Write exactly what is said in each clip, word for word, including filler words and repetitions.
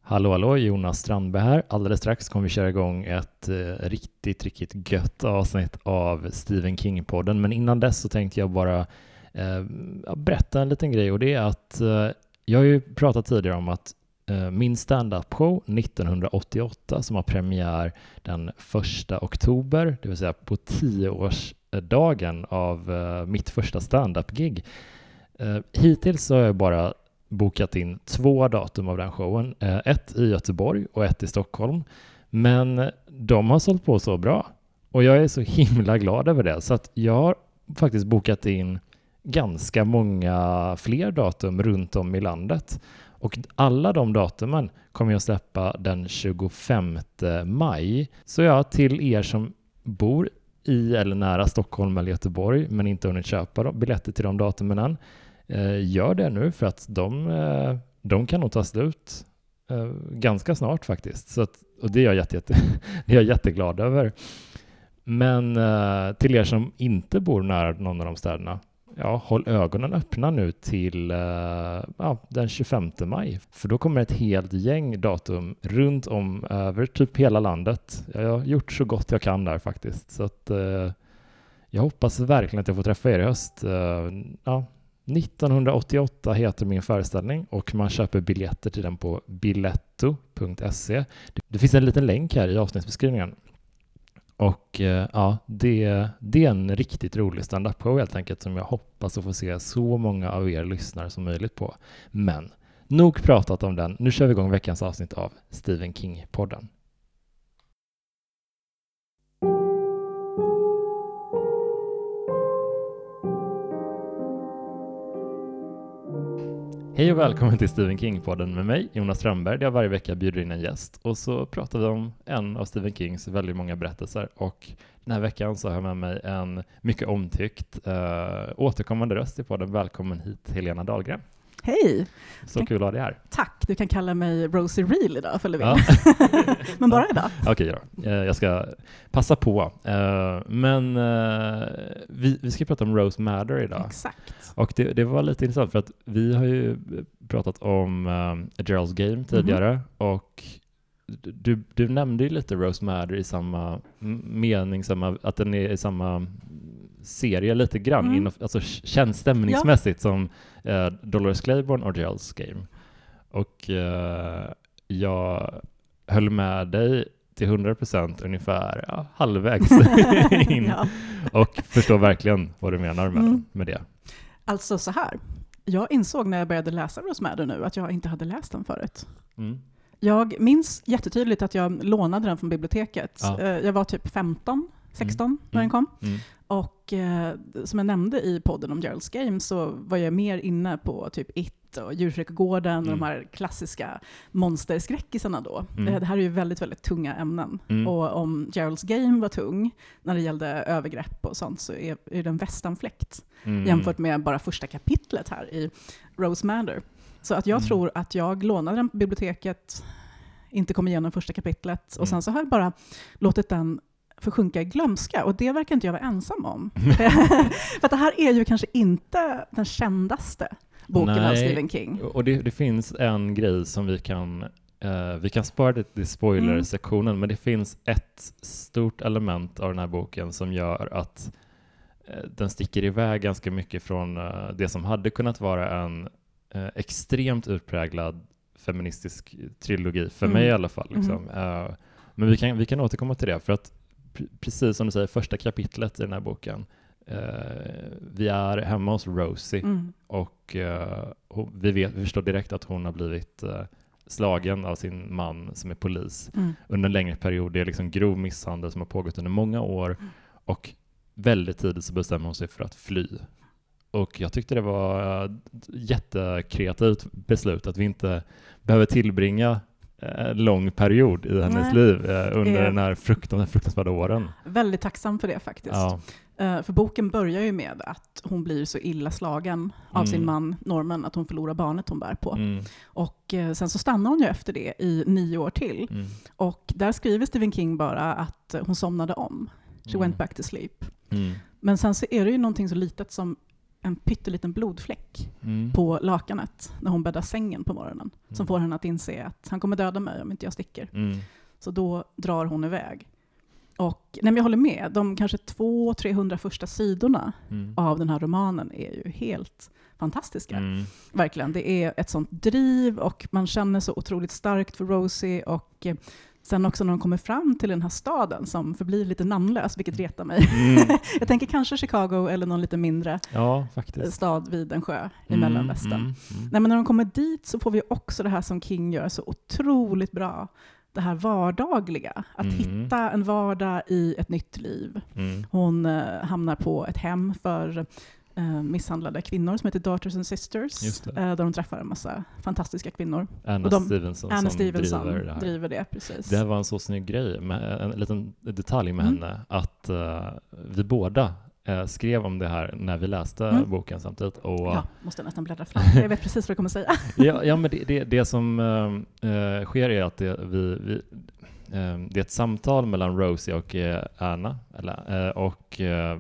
Hallå, hallå, Jonas Strandberg här. Alldeles strax kommer vi köra igång ett eh, riktigt, riktigt gött avsnitt av Stephen King-podden. Men innan dess så tänkte jag bara eh, berätta en liten grej. Och det är att eh, jag har ju pratat tidigare om att eh, min stand-up-show nittonhundraåttioåtta som har premiär den första oktober, det vill säga på tioårsdagen av eh, mitt första stand-up-gig. Eh, hittills så har jag bara bokat in två datum av den showen. Ett i Göteborg och ett i Stockholm. Men de har sålt på så bra. Och jag är så himla glad över det. Så att jag har faktiskt bokat in ganska många fler datum runt om i landet. Och alla de datumen kommer jag släppa den tjugofemte maj. Så ja, till er som bor i eller nära Stockholm eller Göteborg men inte hunnit köpa biljetter till de datumen än. Gör det nu för att de, de kan nog ta slut ganska snart faktiskt. Så att, och det är jag, jätte, jätte, det är jag jätteglad över. Men till er som inte bor nära någon av de städerna, ja, håll ögonen öppna nu till ja, den tjugofemte maj. För då kommer ett helt gäng datum runt om över typ hela landet. Jag har gjort så gott jag kan där faktiskt. Så att jag hoppas verkligen att jag får träffa er i höst. Ja, nittonhundraåttioåtta heter min föreställning och man köper biljetter till den på biletto punkt se. Det finns en liten länk här i avsnittsbeskrivningen. Och ja, det, det är en riktigt rolig stand-up-show helt enkelt som jag hoppas att få se så många av er lyssnare som möjligt på. Men nog pratat om den. Nu kör vi igång veckans avsnitt av Stephen King-podden. Hej och välkommen till Stephen King-podden med mig, Jonas Strandberg. Jag varje vecka bjuder in en gäst och så pratar vi om en av Stephen Kings väldigt många berättelser. Och den här veckan så har jag med mig en mycket omtyckt äh, återkommande röst i podden. Välkommen hit, Helena Dahlgren. Hej! Så kan... kul att ha dig här. Tack, du kan kalla mig Rosie Reel idag för du vill. Ja. Men bara idag. Okej då, jag ska passa på. Men vi, vi ska prata om Rose Madder idag. Exakt. Och det, det var lite intressant för att vi har ju pratat om um, A Gerald's Game tidigare. Mm-hmm. Och du, du nämnde ju lite Rose Madder i samma mening, samma, att den är i samma serie lite grann, mm. in, alltså känns stämningsmässigt ja. som uh, Dolores Claiborne och Gerald's Game. Och uh, jag höll med dig till hundra procent ungefär ja, halvvägs in ja. och förstår verkligen vad du menar med, mm. med det. Alltså så här, jag insåg när jag började läsa Rose Madder nu att jag inte hade läst den förut. Mm. Jag minns jättetydligt att jag lånade den från biblioteket. Ja. Jag var typ femton, sexton mm. när den kom. Mm. Och eh, som jag nämnde i podden om Gerald's Game så var jag mer inne på typ It och Djurkyrkogården mm. och de här klassiska monsterskräckisarna då. Mm. Det här är ju väldigt, väldigt tunga ämnen. Mm. Och om Gerald's Game var tung när det gällde övergrepp och sånt så är, är den västanfläkt mm. jämfört med bara första kapitlet här i Rose Madder. Så att jag mm. tror att jag lånade den på biblioteket, inte kom igenom första kapitlet mm. och sen så har jag bara låtit den försjunka i glömska och det verkar inte jag vara ensam om. För att det här är ju kanske inte den kändaste boken Nej. av Stephen King. Och det, det finns en grej som vi kan uh, vi kan spara det till spoiler-sektionen mm. men det finns ett stort element av den här boken som gör att uh, den sticker iväg ganska mycket från uh, det som hade kunnat vara en uh, extremt utpräglad feministisk trilogi för mm. mig i alla fall. Liksom. Mm. Uh, men vi kan, vi kan återkomma till det för att precis som du säger, första kapitlet i den här boken. Eh, vi är hemma hos Rosie mm. och eh, vi, vet, vi förstår direkt att hon har blivit eh, slagen av sin man som är polis mm. under en längre period. Det är liksom grov misshandel som har pågått under många år mm. och väldigt tidigt så bestämmer hon sig för att fly. Och jag tyckte det var ett jättekreativt beslut att vi inte behöver tillbringa en lång period i hennes Nej. liv eh, under eh, den här fruktan, fruktansvärda åren. Väldigt tacksam för det faktiskt. Ja. Uh, för boken börjar ju med att hon blir så illa slagen av mm. sin man Norman att hon förlorar barnet hon bär på. Mm. Och uh, sen så stannar hon ju efter det i nio år till. Mm. Och där skriver Stephen King bara att hon somnade om. She mm. went back to sleep. Mm. Men sen så är det ju någonting så litet som en pytteliten blodfläck mm. på lakanet när hon bäddar sängen på morgonen. Mm. Som får henne att inse att han kommer döda mig om inte jag sticker. Mm. Så då drar hon iväg. Och nej, men jag håller med. De kanske två till trehundra första sidorna mm. av den här romanen är ju helt fantastiska. Mm. Verkligen. Det är ett sånt driv och man känner så otroligt starkt för Rosie. Och eh, sen också när de kommer fram till den här staden som förblir lite namnlös, vilket retar mig. Mm. Jag tänker kanske Chicago eller någon lite mindre ja, faktiskt. stad vid en sjö i mm, Mellanvästern. Mm, mm. Nej, men när de kommer dit så får vi också det här som King gör så otroligt bra. Det här vardagliga. Att mm. hitta en vardag i ett nytt liv. Mm. Hon eh, hamnar på ett hem för eh, misshandlade kvinnor som heter Daughters and Sisters. Eh, där de träffar en massa fantastiska kvinnor. Anna och de, Stevenson Anna som Stevenson driver det här. driver det, precis. Det här var en så snygg grej. Med en liten detalj med mm. henne. Att uh, vi båda uh, skrev om det här när vi läste mm. boken samtidigt. Och, uh, ja, måste nästan bläddra fram. Jag vet precis vad jag kommer säga. ja, ja, men det, det, det som uh, uh, sker är att det, vi, vi, uh, det är ett samtal mellan Rosie och uh, Anna. Eller, uh, och uh,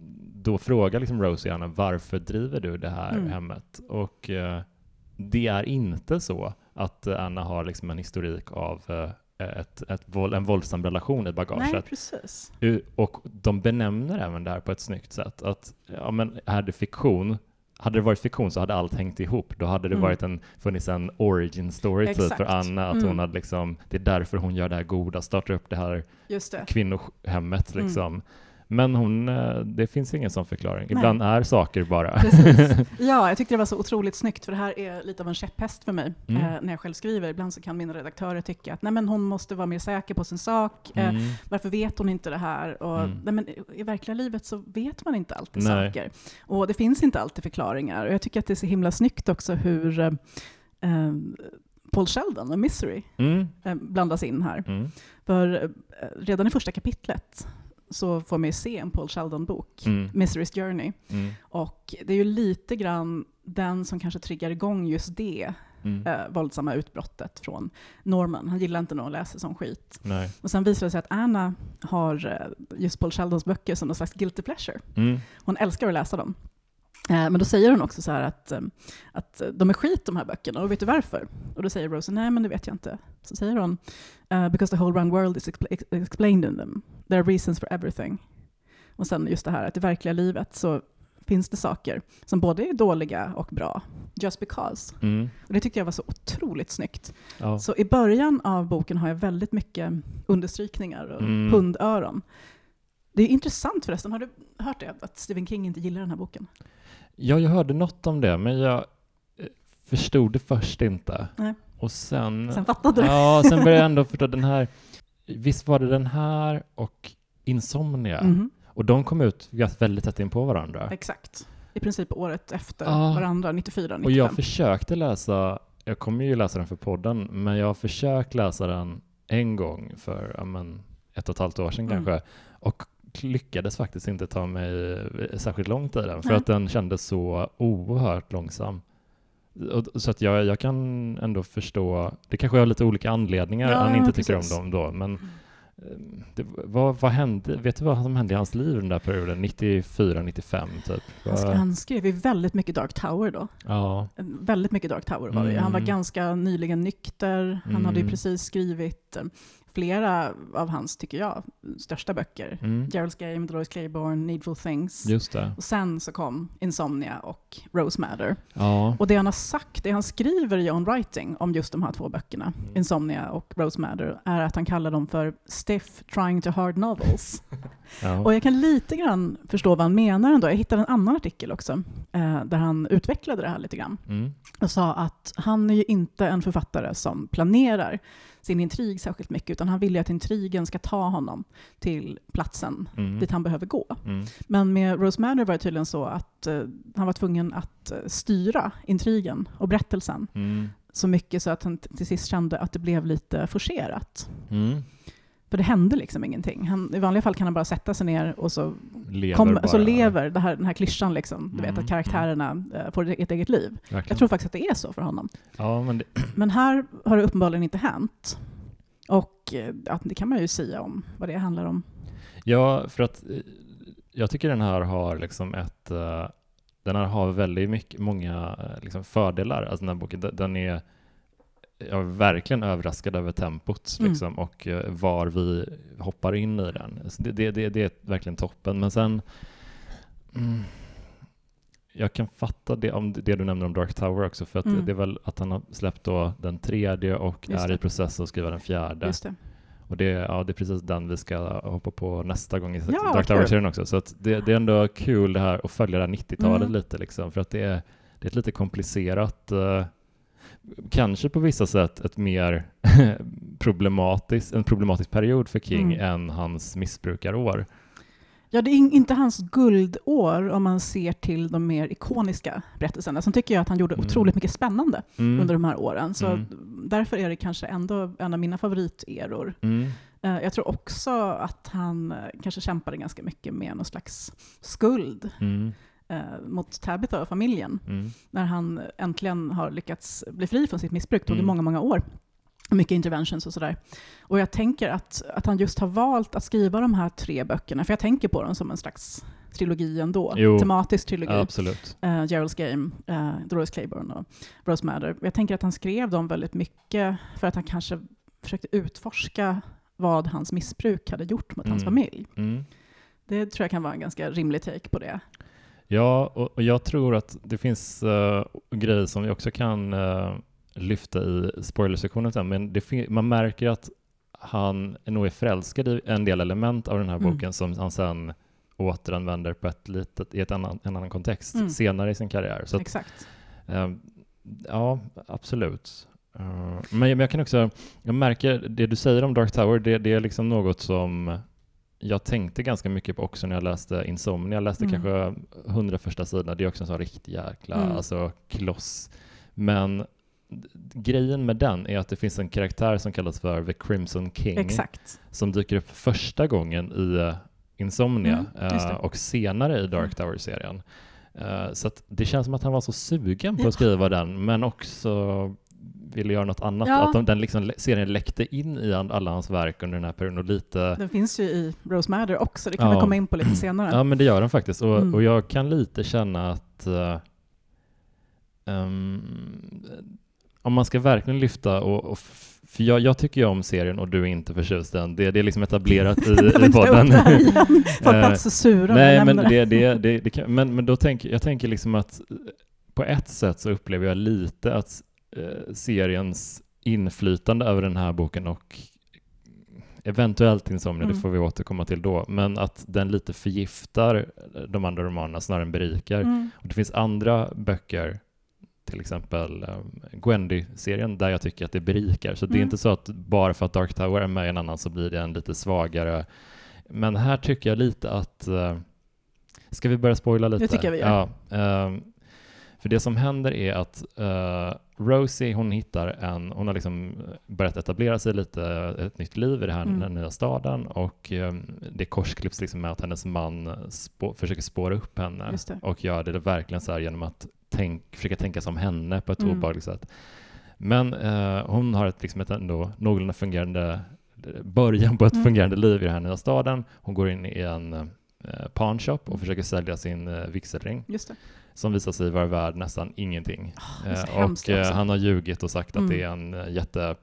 då frågar liksom Rosie Anna, varför driver du det här mm. hemmet? Och uh, det är inte så att uh, Anna har liksom en historik av uh, ett, ett våld, en våldsam relation i bagaget. Nej, precis. Och de benämner även det här på ett snyggt sätt. Att ja, men är det fiktion, hade det varit fiktion så hade allt hängt ihop. Då hade det mm. varit en, funnits en origin story typ för Anna. Att mm. hon hade liksom, det är därför hon gör det här goda, startar upp det här Just det. kvinnohemmet liksom. Mm. Men hon, det finns ingen sån förklaring. Nej. Ibland är saker bara. Precis. Ja, jag tyckte det var så otroligt snyggt. För det här är lite av en käpphäst för mig. Mm. Eh, när jag själv skriver. Ibland så kan mina redaktörer tycka att nej, men hon måste vara mer säker på sin sak. Mm. Eh, varför vet hon inte det här? Och, mm. nej, men i verkliga livet så vet man inte alltid nej. saker. Och det finns inte alltid förklaringar. Och jag tycker att det är så himla snyggt också hur eh, Paul Sheldon och Misery mm. eh, blandas in här. Mm. För eh, redan i första kapitlet så får man ju se en Paul Sheldon-bok, mm. Misery's Journey. Mm. Och det är ju lite grann den som kanske triggar igång just det mm. eh, våldsamma utbrottet från Norman. Han gillar inte någon att läsa som skit. Nej. Och sen visar det sig att Anna har eh, just Paul Sheldons böcker som någon slags guilty pleasure. Mm. Hon älskar att läsa dem. Eh, men då säger hon också så här att, eh, att de är skit de här böckerna. Och vet du varför? Och då säger Rose, nej men det vet jag inte. Så säger hon, uh, because the whole round world is expl- explained in them. There are reasons for everything. Och sen just det här att i verkliga livet så finns det saker som både är dåliga och bra. Just because. Mm. Och det tyckte jag var så otroligt snyggt. Ja. Så i början av boken har jag väldigt mycket understrykningar och mm. hundöron. Det är intressant förresten. Har du hört det? Att Stephen King inte gillar den här boken? Ja, jag hörde något om det, men jag förstod det först inte. Nej. Och sen... Sen fattade du. Ja, sen började jag ändå förstå den här... Visst var det den här och Insomnia? Mm. Och de kom ut väldigt tätt in på varandra. Exakt. I princip året efter ah. varandra, nittiofyra nittiofem. Och jag försökte läsa... Jag kommer ju läsa den för podden, men jag har försökt läsa den en gång för ja, men, ett och ett halvt år sedan mm. kanske. Och lyckades faktiskt inte ta mig särskilt långt i den. För Nej. att den kändes så oerhört långsam. Och, så att jag, jag kan ändå förstå, det kanske har lite olika anledningar ja, han inte tycker precis. om dem då, men det, vad, vad hände, vet du vad som hände i hans liv den där perioden, nittiofyra nittiofem typ? Han, han skrev ju väldigt mycket Dark Tower då. Ja. Väldigt mycket Dark Tower var det. Mm. Han var ganska nyligen nykter, han mm. hade ju precis skrivit flera av hans, tycker jag, största böcker. Mm. Gerald's Game, Dolores Claiborne, Needful Things. Just det. Och sen så kom Insomnia och Rose Madder. Ja. Och det han har sagt, det han skriver i On Writing om just de här två böckerna, mm. Insomnia och Rose Madder, är att han kallar dem för stiff trying to hard novels. Ja. Och jag kan lite grann förstå vad han menar ändå. Jag hittade en annan artikel också eh, där han utvecklade det här lite grann. Mm. Och sa att han är ju inte en författare som planerar sin intrig särskilt mycket, utan han vill ju att intrigen ska ta honom till platsen mm. dit han behöver gå. Mm. Men med Rose Madder var det tydligen så att uh, han var tvungen att uh, styra intrigen och berättelsen mm. så mycket så att han t- till sist kände att det blev lite forcerat. Mm. För det hände liksom ingenting. Han, i vanliga fall kan han bara sätta sig ner och så lever, kom, så lever det här, den här klyschan liksom. Du mm. vet att karaktärerna mm. får ett eget liv. Verkligen. Jag tror faktiskt att det är så för honom. Ja, men, det... men här har det uppenbarligen inte hänt. Och ja, det kan man ju säga om vad det handlar om. Ja, för att jag tycker den här har liksom ett, den här har väldigt mycket, många liksom, fördelar. Alltså den här boken, den är, jag är verkligen överraskad över tempot mm. liksom, och uh, var vi hoppar in i den. Så det, det, det, det är verkligen toppen. Men sen mm, jag kan fatta det om det du nämner om Dark Tower också, för att mm. det, det är väl att han har släppt då den tredje och Just är det. i process att skriva den fjärde. Just det. Och det, ja, det är precis den vi ska hoppa på nästa gång i ja, Dark Tower-serien också. Så att det, det är ändå kul det här att följa det här nittiotalet mm. lite liksom, för att det är, det är ett lite komplicerat, uh, kanske på vissa sätt ett mer problematiskt, en problematisk period för King mm. än hans missbrukarår. Ja, det är inte hans guldår om man ser till de mer ikoniska berättelserna. Sen tycker jag att han gjorde mm. otroligt mycket spännande mm. under de här åren. Så mm. därför är det kanske ändå en av mina favoriteror. Mm. Jag tror också att han kanske kämpade ganska mycket med någon slags skuld mm. mot Tabitha och familjen. Mm. När han äntligen har lyckats bli fri från sitt missbruk. Det tog mm. många, många år. Mycket interventions och sådär. Och jag tänker att, att han just har valt att skriva de här tre böckerna, för jag tänker på dem som en slags trilogi ändå. Jo, tematisk trilogi. Absolut. Uh, Gerald's Game, uh, Dolores Claiborne och Rose Madder. Jag tänker att han skrev dem väldigt mycket för att han kanske försökte utforska vad hans missbruk hade gjort mot mm. hans familj. Mm. Det tror jag kan vara en ganska rimlig take på det. Ja, och, och jag tror att det finns uh, grejer som vi också kan uh, lyfta i spoilersektionen sen, men det fin- man märker att han nog är förälskad i en del element av den här boken mm. som han sen återanvänder på ett litet, i ett annan, en annan kontext mm. senare i sin karriär. Så att, Exakt. Uh, ja, absolut. Uh, men, men jag kan också, jag märker det du säger om Dark Tower, det, det är liksom något som jag tänkte ganska mycket på också när jag läste Insomnia. Jag läste mm. kanske hundra första sidorna, det är också en sån riktigt jäkla mm. alltså, kloss. Men grejen med den är att det finns en karaktär som kallas för The Crimson King. Exakt. Som dyker upp första gången i uh, Insomnia mm, uh, och senare i Dark Tower-serien. Uh, så att det känns som att han var så sugen på att skriva den, men också ville göra något annat. Ja. Att de, den liksom, serien läckte in i alla hans verk under den här perioden. Och lite... Den finns ju i Rose Madder också, det kan ja. vi komma in på lite senare. Ja, men det gör den faktiskt. Och, mm. och jag kan lite känna att uh, um, om man ska verkligen lyfta och, och f- för jag, jag tycker ju om serien och du är inte förtjust den. Det, det är liksom etablerat i, i podden. Folk var så sura. Nej, men, det, det, det, det kan, men, men då tänker jag tänker liksom att på ett sätt så upplever jag lite att eh, seriens inflytande över den här boken och eventuellt Insomnia, mm. det får vi återkomma till då, men att den lite förgiftar de andra romanerna snarare än berikar. Mm. Och det finns andra böcker, till exempel um, Gwendy-serien, där jag tycker att det berikar. Så mm. det är inte så att bara för att Dark Tower är med en annan så blir det en lite svagare. Men här tycker jag lite att uh, ska vi börja spoila lite? Det tycker jag vi gör. Ja, um, för det som händer är att uh, Rosie, hon hittar en, hon har liksom börjat etablera sig lite, ett nytt liv i det här, mm. den nya staden, och um, det korsklipps liksom med att hennes man spå, försöker spåra upp henne och gör det verkligen så här genom att tänk, försöka tänka som henne på ett mm. obehagligt sätt. Men uh, hon har ett, liksom ett ändå någorlunda fungerande början på ett mm. fungerande liv i den här nya staden. Hon går in i en uh, pawn shop och försöker sälja sin uh, vigselring. Just det. Som visar sig vara värd nästan ingenting. Oh, eh, och eh, han har ljugit och sagt mm. att det är en eh, jätte...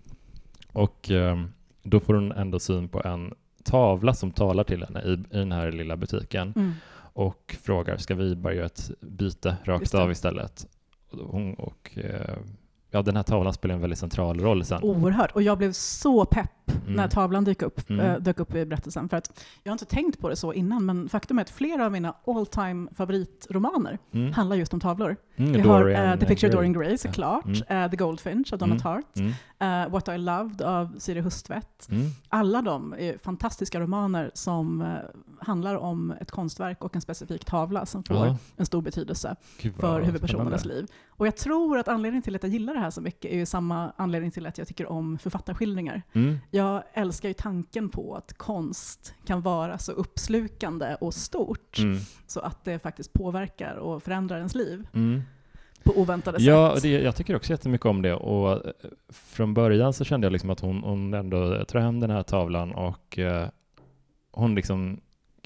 Och eh, då får hon ändå syn på en tavla som talar till henne i, i den här lilla butiken. Mm. Och frågar, ska vi bara göra ett byte rakt av istället? Och, hon, och eh, ja, den här tavlan spelar en väldigt central roll sen. Oerhört. Och jag blev så pepp mm. när tavlan dök upp, mm. äh, dök upp i berättelsen. För att jag har inte tänkt på det så innan, men faktum är att flera av mina all-time favoritromaner mm. handlar just om tavlor. Mm, Vi har uh, The Picture of Dorian Gray, såklart. Mm. Uh, The Goldfinch av Donna mm. Tartt. Mm. Uh, What I Loved av Siri Hustvedt. Mm. Alla de är fantastiska romaner som uh, handlar om ett konstverk och en specifik tavla som får ja. en stor betydelse Gud, för huvudpersonernas liv. Och jag tror att anledningen till att jag gillar det här så mycket är ju samma anledning till att jag tycker om författarskildringar. Mm. Jag älskar ju tanken på att konst kan vara så uppslukande och stort mm. så att det faktiskt påverkar och förändrar ens liv mm. på oväntade ja, sätt. Ja, jag tycker också jättemycket om det, och från början så kände jag liksom att hon, hon ändå tar hem den här tavlan och uh, hon liksom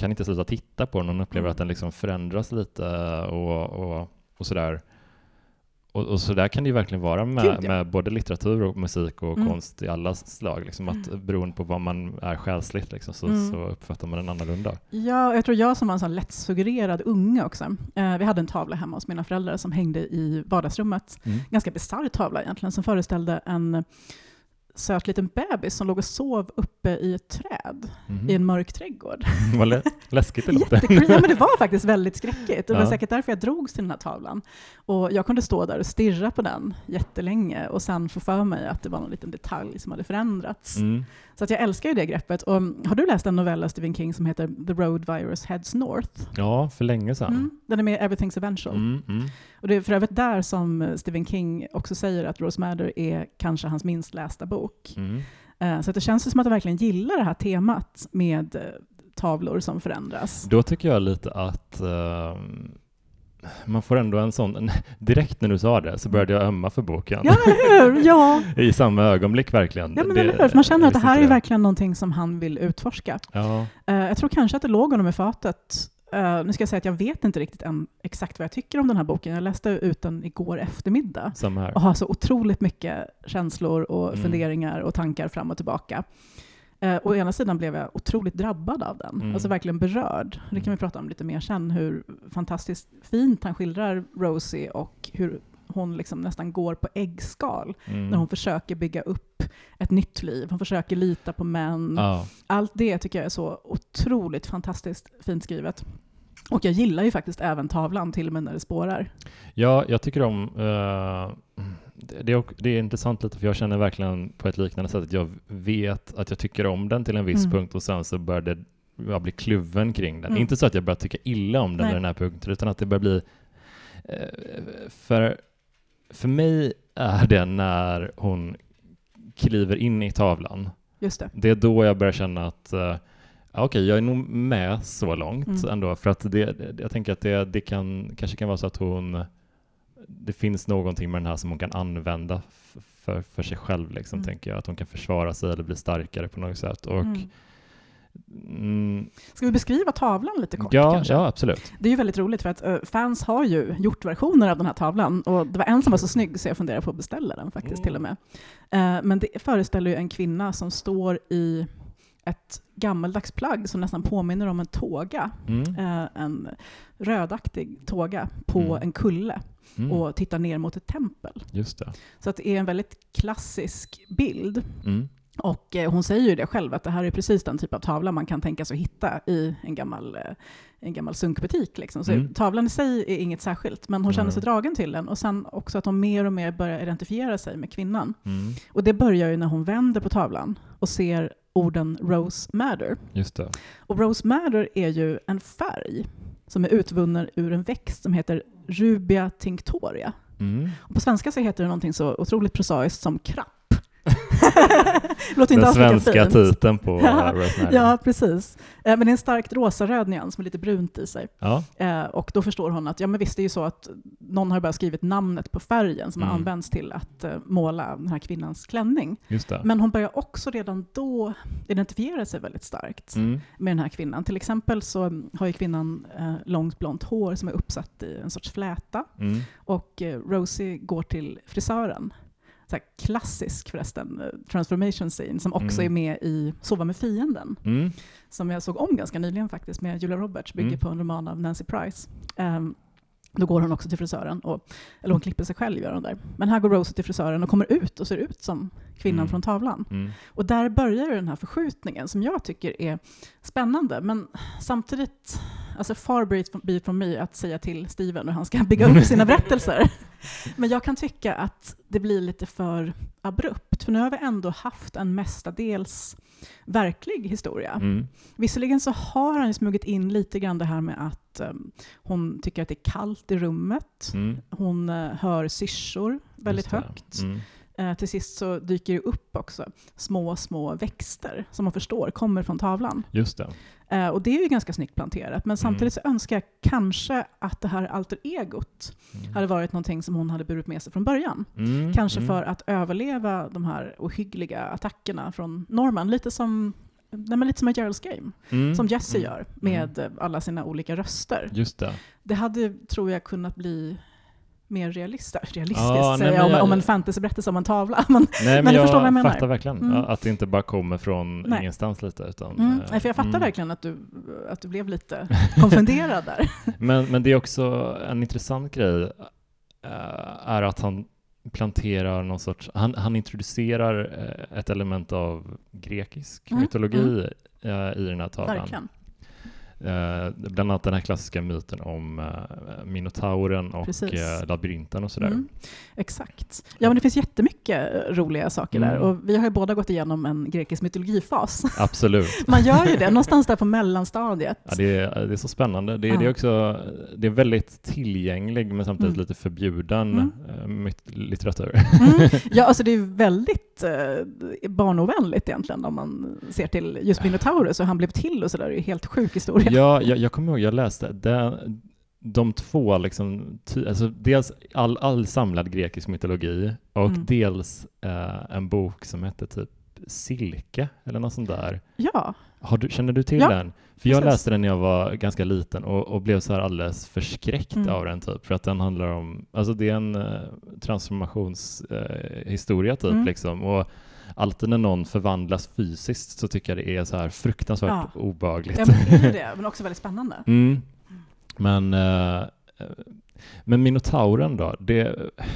kan inte sluta titta på den. Hon upplever Mm. att den liksom förändras lite och, och, och sådär. Och, och så där kan det ju verkligen vara med, Gud, ja. med både litteratur och musik och Mm. konst i alla slag. Liksom att Mm. beroende på vad man är själsligt liksom, så, Mm. så uppfattar man den annorlunda. Ja, jag tror jag som var en sån lättsuggererad unge också. Eh, vi hade en tavla hemma hos mina föräldrar som hängde i vardagsrummet. Mm. Ganska bisarr tavla egentligen, som föreställde en söt liten bebis som låg och sov uppe i ett träd Mhm. i en mörk trädgård. Vad lä- läskigt det låter. Jättekul. Ja, men det var faktiskt väldigt skräckigt. Det var Ja. säkert därför jag drogs till den här tavlan. Och jag kunde stå där och stirra på den jättelänge och sen få för mig att det var någon liten detalj som hade förändrats. Mm. Så att jag älskar ju det greppet. Och har du läst en novell av Stephen King som heter The Road Virus Heads North? Ja, för länge sedan. Mm. Den är med i Everything's Eventual. Mm, mm. Och det är för övrigt där som Stephen King också säger att Rose Madder är kanske hans minst lästa bok. Mm. Eh, Så att det känns som att jag verkligen gillar det här temat med eh, tavlor som förändras. Då tycker jag lite att uh, man får ändå en sån... Direkt när du sa det så började jag ömma för boken. Ja, eller hur? Ja. I samma ögonblick verkligen. Ja, men Det- eller hur? För man känner att det visste här är inte verkligen någonting som han vill utforska. Ja. Eh, Jag tror kanske att det låg honom i fatet. Uh, nu ska jag säga att jag vet inte riktigt än exakt vad jag tycker om den här boken. Jag läste ut den igår eftermiddag Samma här. och har så otroligt mycket känslor och Mm. funderingar och tankar fram och tillbaka. Uh, å ena sidan blev jag otroligt drabbad av den, Mm. alltså verkligen berörd. Det kan vi prata om lite mer sen, hur fantastiskt fint han skildrar Rosie och hur hon liksom nästan går på äggskal Mm. när hon försöker bygga upp ett nytt liv. Hon försöker lita på män. Ja. Allt det tycker jag är så otroligt fantastiskt fint skrivet. Och jag gillar ju faktiskt även tavlan till och med när det spårar. Ja, jag tycker om... Uh, det, det, är, det är intressant lite, för jag känner verkligen på ett liknande sätt att jag vet att jag tycker om den till en viss Mm. punkt och sen så börjar det, jag bli kluven kring den. Mm. Inte så att jag börjar tycka illa om den Nej. vid den här punkten, utan att det börjar bli... Uh, för, för mig är det när hon kliver in i tavlan. Just det. Det är då jag börjar känna att uh, okej, okay, jag är nog med så långt Mm. ändå. För att det, det, jag tänker att det, det kan, kanske kan vara så att hon... Det finns någonting med den här som hon kan använda f- för, för sig själv. Liksom, Mm. tänker jag. Att hon kan försvara sig eller bli starkare på något sätt. Och, Mm. mm, Ska vi beskriva tavlan lite kort ja, kanske? ja, absolut. Det är ju väldigt roligt för att uh, fans har ju gjort versioner av den här tavlan och det var en som var så snygg så jag funderar på att beställa den faktiskt Mm. till och med. Uh, men det föreställer ju en kvinna som står i ett gammaldags plagg som nästan påminner om en tåga. Mm. Uh, en rödaktig tåga på Mm. en kulle Mm. och tittar ner mot ett tempel. Just det. Så att det är en väldigt klassisk bild. Mm. Och eh, hon säger ju det själv, att det här är precis den typ av tavla man kan tänka sig att hitta i en gammal, eh, en gammal sunkbutik. Liksom. Så Mm. tavlan i sig är inget särskilt, men hon känner Mm. sig dragen till den. Och sen också att hon mer och mer börjar identifiera sig med kvinnan. Mm. Och det börjar ju när hon vänder på tavlan och ser orden Rose Madder. Just det. Och Rose Madder är ju en färg som är utvunnen ur en växt som heter Rubia tinctoria. Mm. Och på svenska så heter det någonting så otroligt prosaiskt som krapp. Låter inte Den alls lika svenska fint. titeln på Ja, Rosemary. Ja, precis. Eh, Men det är en starkt rosa-röd nyans med lite brunt i sig. Ja. Eh, Och då förstår hon att, ja men visst, det är ju så att någon har bara skrivit namnet på färgen som Mm. har använts till att eh, måla den här kvinnans klänning. Just det. Men hon börjar också redan då identifiera sig väldigt starkt Mm. med den här kvinnan. Till exempel så har ju kvinnan eh, långt blont hår som är uppsatt i en sorts fläta. Mm. Och eh, Rosie går till frisören. Så här klassisk förresten, eh, transformation scene som också Mm. är med i Sova med fienden. Mm. Som jag såg om ganska nyligen faktiskt med Julia Roberts, bygger Mm. på en roman av Nancy Price. Um, då går hon också till frisören, och, eller hon klipper sig själv gör hon där. Men här går Rosie till frisören och kommer ut och ser ut som kvinnan Mm. från tavlan. Mm. Och där börjar ju den här förskjutningen som jag tycker är spännande. Men samtidigt, alltså far be it from me att säga till Steven hur han ska bygga upp sina berättelser. Men jag kan tycka att det blir lite för abrupt. För nu har vi ändå haft en mestadels verklig historia. Mm. Visserligen så har han ju smugit in lite grann det här med att um, hon tycker att det är kallt i rummet. Mm. Hon uh, hör syrsor väldigt Just det. högt. Mm. Eh, till sist så dyker det upp också små, små växter som man förstår kommer från tavlan. Just det. Eh, och det är ju ganska snyggt planterat. Men samtidigt så önskar jag kanske att det här alter egot Mm. hade varit någonting som hon hade burit med sig från början. Mm. Kanske Mm. för att överleva de här ohyggliga attackerna från Norman. Lite som nej, men lite som ett Gerald's Game, mm. som Jesse mm. gör med mm. alla sina olika röster. Just det. Det hade, tror jag, kunnat bli mer realistiskt, realistiskt ja, säger jag, om, jag, om en fantasyberättelse om en tavla. Men, nej, men, men jag, förstår vad jag menar. fattar verkligen mm. att det inte bara kommer från nej. ingenstans lite. Utan, mm. nej, för jag fattar mm. verkligen att du, att du blev lite konfunderad där. Men, men det är också en intressant grej uh, är att han planterar någon sorts, han, han introducerar uh, ett element av grekisk mm. mytologi mm. Uh, i den här tavlan. Verkligen. Uh, bland annat den här klassiska myten om uh, minotauren och uh, labyrinten och sådär. Mm. Exakt. Ja, men det finns jättemycket roliga saker mm. där. Och vi har ju båda gått igenom en grekisk mytologifas. Absolut. Man gör ju det, någonstans där på mellanstadiet. Ja, det, är, det är så spännande. Det, ja. det är också det är väldigt tillgänglig men samtidigt mm. lite förbjuden mm. uh, litteratur. Mm. Ja, alltså det är väldigt uh, barnovänligt egentligen om man ser till just Minotaurus och han blev till och sådär. Det är helt sjuk historia. Ja, jag, jag kommer ihåg, jag läste det, de två, liksom, ty, alltså dels all, all samlad grekisk mytologi och mm. dels eh, en bok som heter typ Silke eller något sånt där. Ja. Har du, känner du till ja. den? För jag läste den när jag var ganska liten och, och blev så här alldeles förskräckt mm. av den typ. För att den handlar om, alltså det är en uh, transformationshistoria uh, typ mm. liksom. Och alltid när någon förvandlas fysiskt så tycker jag det är så här fruktansvärt ja. obehagligt. Ja, men det är det, men också väldigt spännande. Mm. Men, uh, men Minotauren då, det,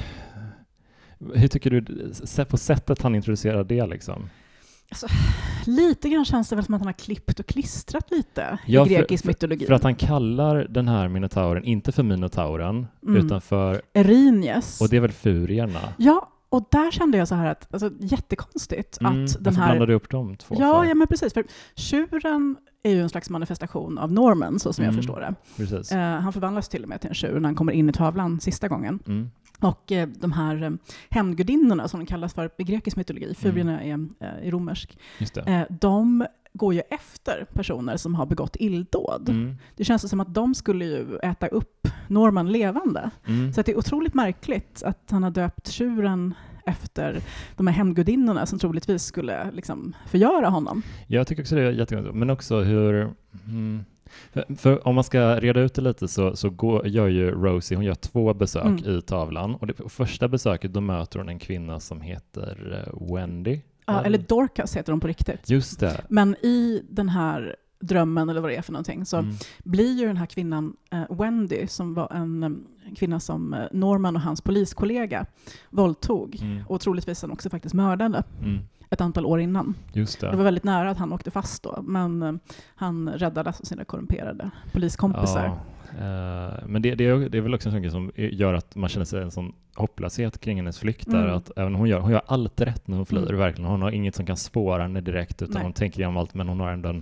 hur tycker du på sättet han introducerar det liksom? Alltså, lite grann känns det väl som att han har klippt och klistrat lite ja, i grekisk för, mytologi. För att han kallar den här minotauren inte för Minotauren mm. utan för Erinies. Och det är väl furierna? Ja, och där kände jag så här att alltså, jättekonstigt mm, att den här... blandade du upp de två? Ja, för? ja, men precis. För tjuren är ju en slags manifestation av Norman, så som mm, jag förstår det. Precis. Uh, han förvandlas till och med till en tjur när han kommer in i tavlan sista gången. Mm. Och eh, de här eh, hämndgudinnorna som de kallas för i grekisk mytologi, furierna mm. är eh, i romersk, eh, de går ju efter personer som har begått illdåd. Mm. Det känns som att de skulle ju äta upp Norman levande. Mm. Så att det är otroligt märkligt att han har döpt tjuren efter de här hämndgudinnorna som troligtvis skulle liksom förgöra honom. Jag tycker också det är jättekonstigt. Men också hur... Mm. För, för om man ska reda ut det lite så, så går, gör ju Rosie, hon gör två besök mm. i tavlan. Och det första besöket då möter hon en kvinna som heter uh, Wendy. Ja, eller Dorcas heter hon på riktigt. Just det. Men i den här drömmen eller vad det är för någonting så mm. blir ju den här kvinnan uh, Wendy som var en um, kvinna som uh, Norman och hans poliskollega våldtog mm. och troligtvis han också faktiskt mördade. Mm. Ett antal år innan. Just det. Det var väldigt nära att han åkte fast då. Men uh, han räddades av sina korrumperade poliskompisar. Ja, uh, men det, det, är, det är väl också en sak som gör att man känner sig en sån hopplöshet kring hennes flykt. Mm. Där, att även hon gör, hon gör allt rätt när hon flyr. Mm. Verkligen. Hon har inget som kan spåra henne direkt. Utan Nej. hon tänker igenom allt. Men hon har ändå en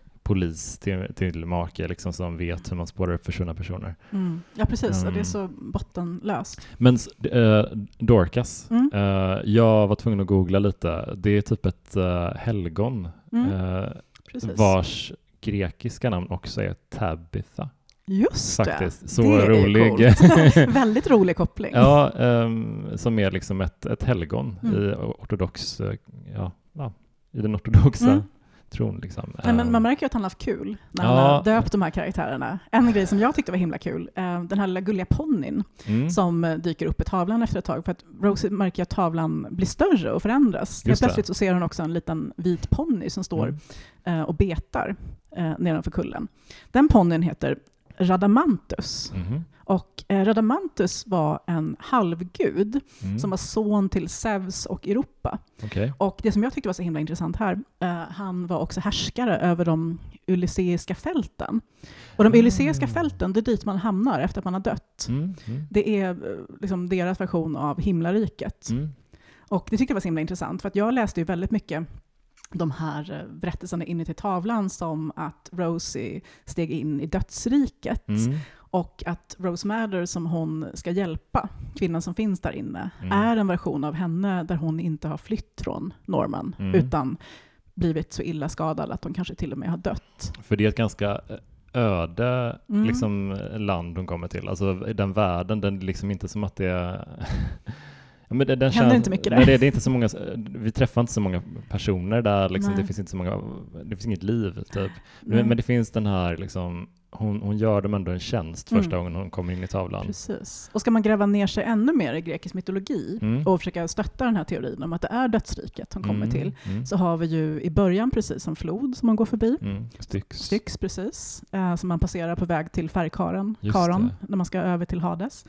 polis till, till make liksom, som vet hur man spårar upp försvunna personer. Mm. Ja, precis. Mm. Och det är så bottenlöst. Men äh, Dorcas, mm. äh, jag var tvungen att googla lite. Det är typ ett äh, helgon mm. äh, vars grekiska namn också är Tabitha. Just Faktiskt. det. Så det rolig. Väldigt rolig koppling. Ja, ähm, som är liksom ett, ett helgon mm. i ortodox, ja, ja, i den ortodoxa mm. tron liksom. Nej, men man märker ju att han har haft kul när ja. han har döpt de här karaktärerna. En grej som jag tyckte var himla kul, den här lilla gulliga ponnyn mm. som dyker upp i tavlan efter ett tag för att Rosie märker att tavlan blir större och förändras. Helt plötsligt så ser hon också en liten vit ponny som står mm. och betar nedanför kullen. Den ponnyn heter Radamanthus. Mm. Och eh, Radamanthus var en halvgud mm. som var son till Zeus och Europa. Okay. Och det som jag tyckte var så himla intressant här, eh, han var också härskare över de Ulyseiska fälten. Och de mm. Ulyseiska fälten, det är dit man hamnar efter att man har dött. Mm. Mm. Det är eh, liksom deras version av himlariket. Mm. Och det tyckte jag var så himla intressant, för att jag läste ju väldigt mycket de här berättelserna inne till tavlan som att Rosie steg in i dödsriket mm. och att Rose Madder som hon ska hjälpa, kvinnan som finns där inne, mm. är en version av henne där hon inte har flytt från Norman mm. utan blivit så illa skadad att hon kanske till och med har dött. För det är ett ganska öde mm. liksom, land hon kommer till. Alltså den världen, den är liksom inte som att det är Ja, men det, den händer känns, inte mycket där. Nej, det, det är inte så många, vi träffar inte så många personer där, liksom, det finns inte så många, det finns inget liv typ. Men, men det finns den här liksom, hon, hon gör dem ändå en tjänst första mm. gången hon kommer in i tavlan. Precis. Och ska man gräva ner sig ännu mer i grekisk mytologi mm. och försöka stötta den här teorin om att det är dödsriket hon kommer mm. till, mm. så har vi ju i början precis en flod som man går förbi. Mm. Styx. Styx, precis. Eh, som man passerar på väg till färgkaren, Karon, när man ska över till Hades.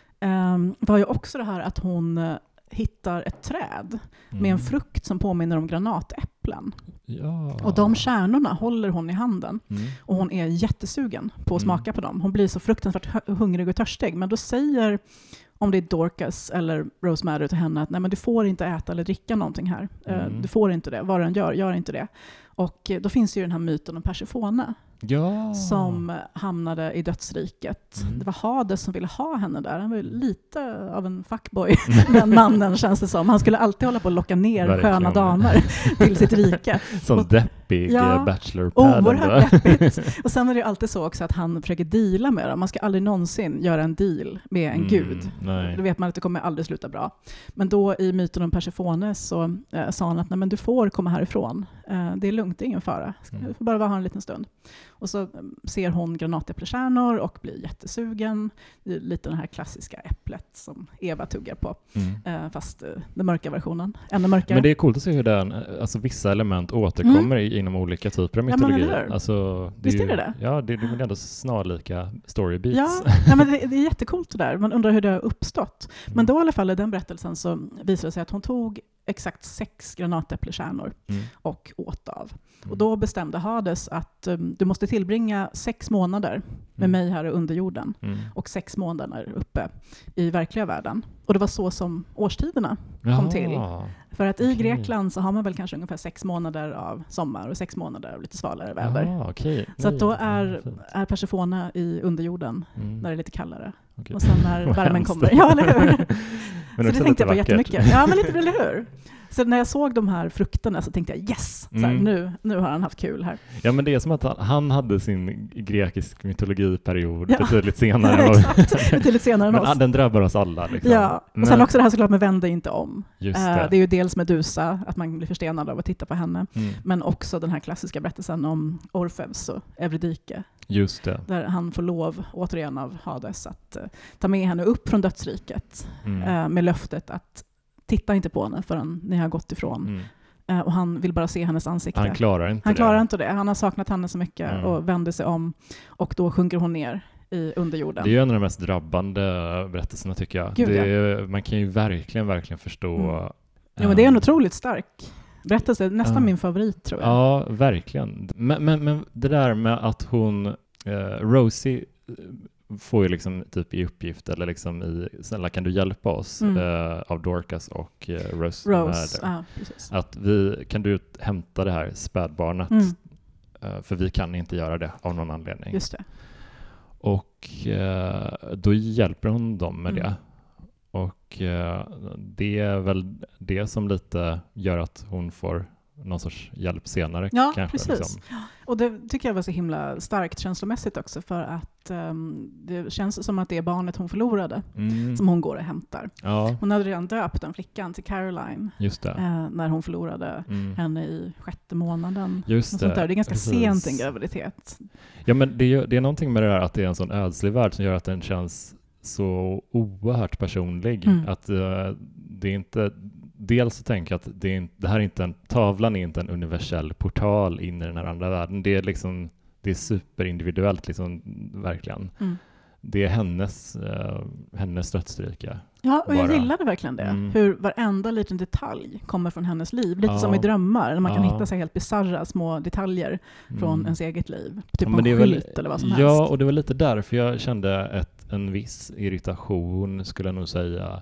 Um, var ju också det här att hon uh, hittar ett träd mm. med en frukt som påminner om granatäpplen. Ja. Och de kärnorna håller hon i handen. Mm. Och hon är jättesugen på att smaka mm. på dem. Hon blir så fruktansvärt hungrig och törstig. Men då säger, om det är Dorcas eller Rosemary till henne, att nej, men du får inte äta eller dricka någonting här. Mm. Uh, du får inte det. Vad den gör, gör inte det. Och uh, då finns ju den här myten om Persefone. Ja. Som hamnade i dödsriket. Mm. Det var Hades som ville ha henne där. Han var lite av en fuckboy, den mannen känns det som. Han skulle alltid hålla på att locka ner verkligen. Sköna damer till sitt rike. Som och, deppig ja, bachelorpad. Oerhört deppigt. Och sen är det alltid så också att han försöker deala med dem. Man ska aldrig någonsin göra en deal med en mm, gud. Nej. Då vet man att det kommer aldrig sluta bra. Men då i myten om Persefone så eh, sa han att nej, men du får komma härifrån. Eh, det är lugnt, det är ingen fara. Du får bara vara här en liten stund. Och så ser hon granatäpplekärnor och blir jättesugen. Det är lite det här klassiska äpplet som Eva tuggar på. Mm. Eh, fast eh, den mörka versionen. Ännu mörkare. Men det är coolt att se hur den, alltså vissa element återkommer mm. inom olika typer av mytologi. Ja, alltså, det Visst är, är det det? Ja, det, det är ändå snarlika storybeats. Ja, ja men det, det är jättekult det där. Man undrar hur det har uppstått. Mm. Men då i alla fall i den berättelsen så visade det sig att hon tog exakt sex granatäpplekärnor mm. och åt av. Mm. Och då bestämde Hades att um, du måste tillbringa sex månader med mm. mig här under jorden mm. och sex månader uppe i verkliga världen. Och det var så som årstiderna Jaha. kom till. För att okay. i Grekland så har man väl kanske ungefär sex månader av sommar och sex månader av lite svalare väder. Jaha, okay. Så att då är, är Persefone i underjorden mm. när det är lite kallare. Okay. Och sen när värmen kommer. Ja, eller hur? Men så det tänkte jag på jättemycket. Ja, men lite, eller hur? Så när jag såg de här frukterna så tänkte jag yes, så här, mm. nu, nu har han haft kul här. Ja, men det är som att han, han hade sin grekisk mytologiperiod ja. betydligt senare. Ja, exakt. betydligt senare än men oss. Den drabbar oss alla. Liksom. Ja, och men... sen också det här såklart med vände inte om. Just det. Uh, det är ju dels Medusa, att man blir förstenad av att titta på henne. Mm. Men också den här klassiska berättelsen om Orfeus och Eurydike. Just det. Där han får lov, återigen av Hades, att uh, ta med henne upp från dödsriket. Mm. Uh, med löftet att titta inte på henne förrän ni har gått ifrån. Mm. Uh, och han vill bara se hennes ansikte. Han klarar inte han det. Klarar inte det. Han har saknat henne så mycket mm. och vänder sig om. Och då sjunker hon ner i underjorden. Det är ju en av de mest drabbande berättelserna tycker jag. Gud, det är, ja. Man kan ju verkligen, verkligen förstå. Mm. Um, ja, men det är en otroligt stark berättelse. Nästan uh, min favorit tror jag. Ja, verkligen. Men, men, men det där med att hon, uh, Rosie, får ju liksom typ i uppgift eller liksom i snälla kan du hjälpa oss mm. uh, av Dorcas och uh, Rose, Rose. Ah, precis. Att vi kan du hämta det här spädbarnet mm. uh, för vi kan inte göra det av någon anledning. Just det. Och uh, då hjälper hon dem med mm. det. Och uh, det är väl det som lite gör att hon får någon sorts hjälp senare. Ja, kanske, precis. Liksom. Och det tycker jag var så himla starkt känslomässigt också för att um, det känns som att det är barnet hon förlorade mm. som hon går och hämtar. Ja. Hon hade redan döpt den flickan till Caroline Just det. Uh, när hon förlorade mm. henne i sjätte månaden. Just det. Sånt där. Det är ganska precis. sent en graviditet. Ja, men det är, det är någonting med det där att det är en sån ödslig värld som gör att den känns så oerhört personlig. Mm. Att uh, det är inte... Dels så tänker jag att det, är inte, det här är inte en, tavlan är inte en universell portal in i den här andra världen. Det är liksom, det är superindividuellt liksom, verkligen. Mm. Det är hennes, uh, hennes dödsrike. Ja, och bara. Jag gillade verkligen det. Mm. Hur varenda liten detalj kommer från hennes liv. Lite ja. som i drömmar, när man kan ja. hitta sig helt bizarra små detaljer mm. från ens eget liv. Typ ja, en skylt väl, eller vad som ja, helst. Ja, och det var lite därför jag kände ett, en viss irritation, skulle jag nog säga.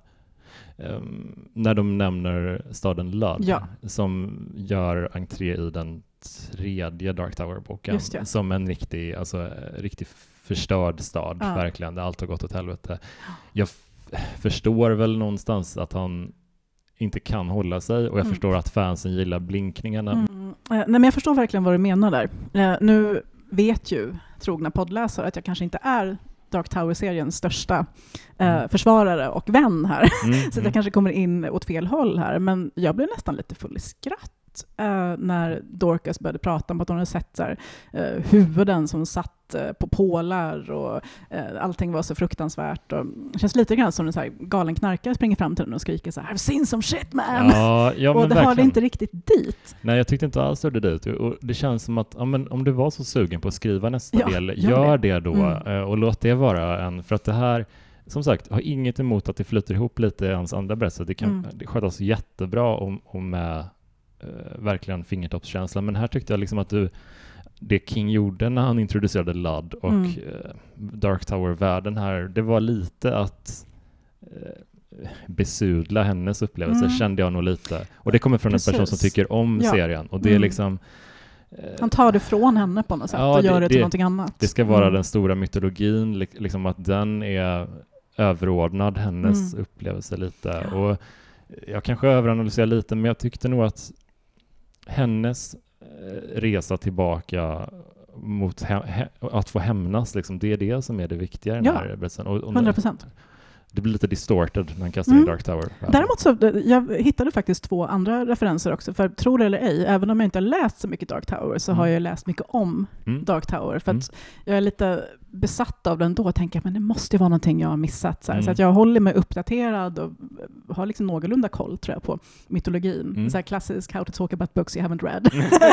Um, när de nämner staden Lud ja. som gör entré i den tredje Dark Tower-boken som en riktig, alltså, riktig förstörd stad, ja. verkligen, där allt har gått åt helvete. Jag f- förstår väl någonstans att han inte kan hålla sig och jag mm. förstår att fansen gillar blinkningarna. Mm. Eh, nej, men jag förstår verkligen vad du menar där. Eh, nu vet ju trogna poddläsare att jag kanske inte är Dark Tower-seriens största eh, försvarare och vän här. Mm, så jag kanske kommer in åt fel håll här. Men jag blev nästan lite full i skratt eh, när Dorcas började prata om att hon hade sett så här, eh, huvuden som satt eh, på pålar och eh, allting var så fruktansvärt. Och det känns lite grann som en så här galen knarkare springer fram till den och skriker så här I've seen some shit man! Ja, ja, och det verkligen. har det inte riktigt dit. Nej, jag tyckte inte alls det dit. Och det känns som att ja, men om du var så sugen på att skriva nästa ja, del, gör det, det då mm. och låt det vara en, för att det här som sagt, har inget emot att det flyter ihop lite i hans andra berättelse. Det kan mm. det skötas jättebra om, om med uh, verkligen fingertoppskänsla. Men här tyckte jag liksom att du, det King gjorde när han introducerade Ludd och mm. uh, Dark Tower-världen här, det var lite att uh, besudla hennes upplevelse, mm. kände jag nog lite. Och det kommer från Precis. en person som tycker om ja. serien. Och det mm. är liksom... Han tar det från henne på något sätt ja, och gör det, det till någonting annat. Det ska vara mm. den stora mytologin, liksom att den är överordnad hennes mm. upplevelse lite. Ja. Och jag kanske överanalyserar lite, men jag tyckte nog att hennes resa tillbaka mot he- he- att få hämnas, liksom, det är det som är det viktiga i den ja. här berättelsen. Och, och hundra procent. Det blir lite distorted när han kastar mm. i Dark Tower. Däremot så, jag hittade faktiskt två andra referenser också, för tro det eller ej, även om jag inte har läst så mycket Dark Tower så mm. har jag läst mycket om mm. Dark Tower, för att mm. jag är lite besatt av den då och tänker men det måste ju vara någonting jag har missat. Så, här, mm. så att jag håller mig uppdaterad och har liksom någorlunda koll tror jag på mytologin. Mm. Så här klassisk how to talk about books you haven't read.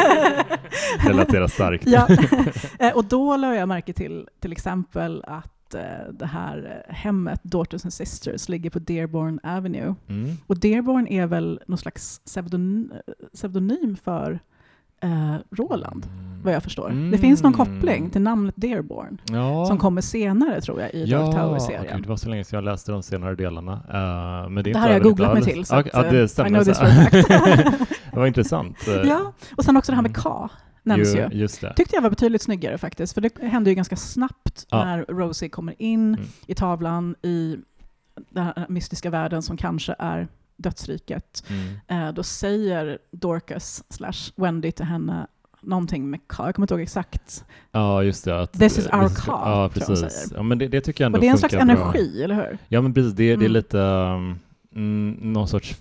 Relaterar starkt. Ja. Och då lade jag märke till till exempel att det här hemmet, Daughters and Sisters, ligger på Dearborn Avenue. Mm. Och Dearborn är väl någon slags pseudonym, pseudonym för eh, Roland, mm. vad jag förstår. Mm. Det finns någon koppling till namnet Dearborn ja. som kommer senare, tror jag, i ja, Dark Tower-serien. Okay. Det var så länge sedan jag läste de senare delarna. Uh, men det, det här har jag googlat mig till, så okay, att, ja, det stämmer. I know this for a fact. Det var intressant. Ja, och sen också det här med K. Nämns ju. Just det. Tyckte jag var betydligt snyggare faktiskt. För det hände ju ganska snabbt ja. när Rosie kommer in mm. i tavlan i den här mystiska världen som kanske är dödsriket. Mm. Eh, då säger Dorcas slash Wendy till henne någonting med K. Jag kommer inte ihåg exakt. Ja, just det. Att, This is our K. Ja, precis. Ja, men det, det tycker jag ändå och det är en slags bra. energi, eller hur? Ja, men precis. Det, mm. det är lite um, någon sorts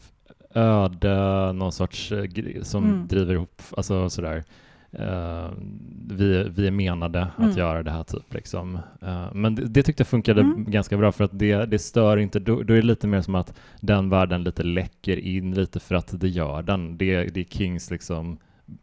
öde, någon sorts uh, som mm. driver ihop, alltså sådär. Uh, vi, vi är menade mm. att göra det här typ liksom. Uh, men det, det tyckte jag funkade mm. ganska bra, för att det, det stör inte, då, då är det lite mer som att den världen lite läcker in lite för att det gör den. Det, det är Kings liksom,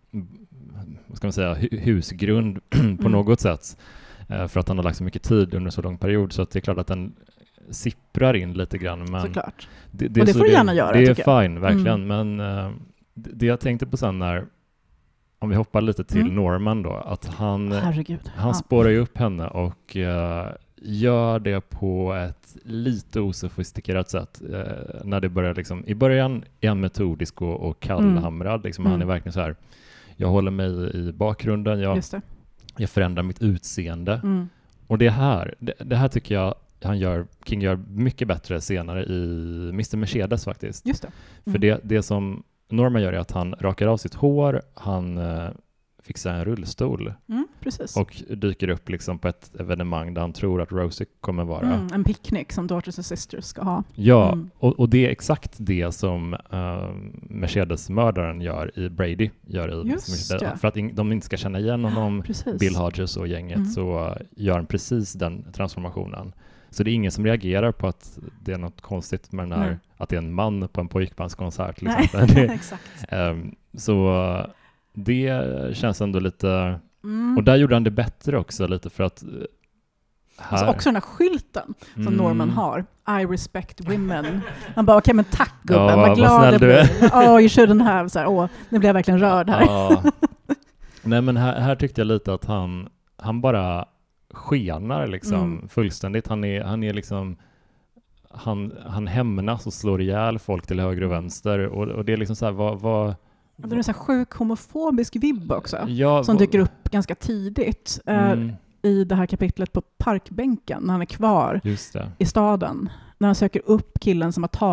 vad ska man säga, husgrund på mm. något sätt, uh, för att han har lagt så mycket tid under så lång period, så att det är klart att den sipprar in lite grann. Men såklart. Det, det, och det så får du det, gärna göra. Det är fine, verkligen. Mm. Men uh, det, det jag tänkte på sen när om vi hoppar lite till mm. Norman då, att han, Herregud. han ja. spårar ju upp henne och uh, gör det på ett lite osofistikerat sätt. Uh, när det börjar liksom, i början är han metodisk och, och kallhamrad. Mm. Liksom, mm. Han är verkligen så här, jag håller mig i bakgrunden, jag, jag förändrar mitt utseende. Mm. Och det här, det, det här tycker jag han gör, King gör mycket bättre senare i mister Mercedes faktiskt. Just det. Mm. För det, det som Norman gör är att han rakar av sitt hår, han uh, fixar en rullstol mm, precis. och dyker upp liksom på ett evenemang där han tror att Rosie kommer vara. Mm, en picknick som Daughters and Sisters ska ha. Ja, mm. och, och det är exakt det som uh, Mercedes-mördaren gör i Brady. Gör i Just det. För att in, de inte ska känna igen honom, ja, Bill Hodges och gänget, mm. så uh, gör han precis den transformationen. Så det är ingen som reagerar på att det är något konstigt med den här, Nej. att det är en man på en pojkbandskonsert. Till exempel. Det, Exakt. Um, så uh, det känns ändå lite... Mm. Och där gjorde han det bättre också lite för att... Uh, här... Alltså också den här skylten som mm. Norman har. I respect women. Man bara, okej okay, men tack gubben, ja, vad glad vad jag blir. Oh, you shouldn't have. Så här, åh, nu blev jag verkligen rörd här. Ja. Nej men här, här tyckte jag lite att han, han bara... skenar liksom mm. fullständigt. Han är, han är liksom han, han hämnas och slår ihjäl folk till höger och vänster och, och det är liksom så här vad, vad det är en sån här sjuk homofobisk vibb också ja, som vad, dyker upp ganska tidigt mm. uh, i det här kapitlet på parkbänken när han är kvar Just det. i staden när han söker upp killen som har tagit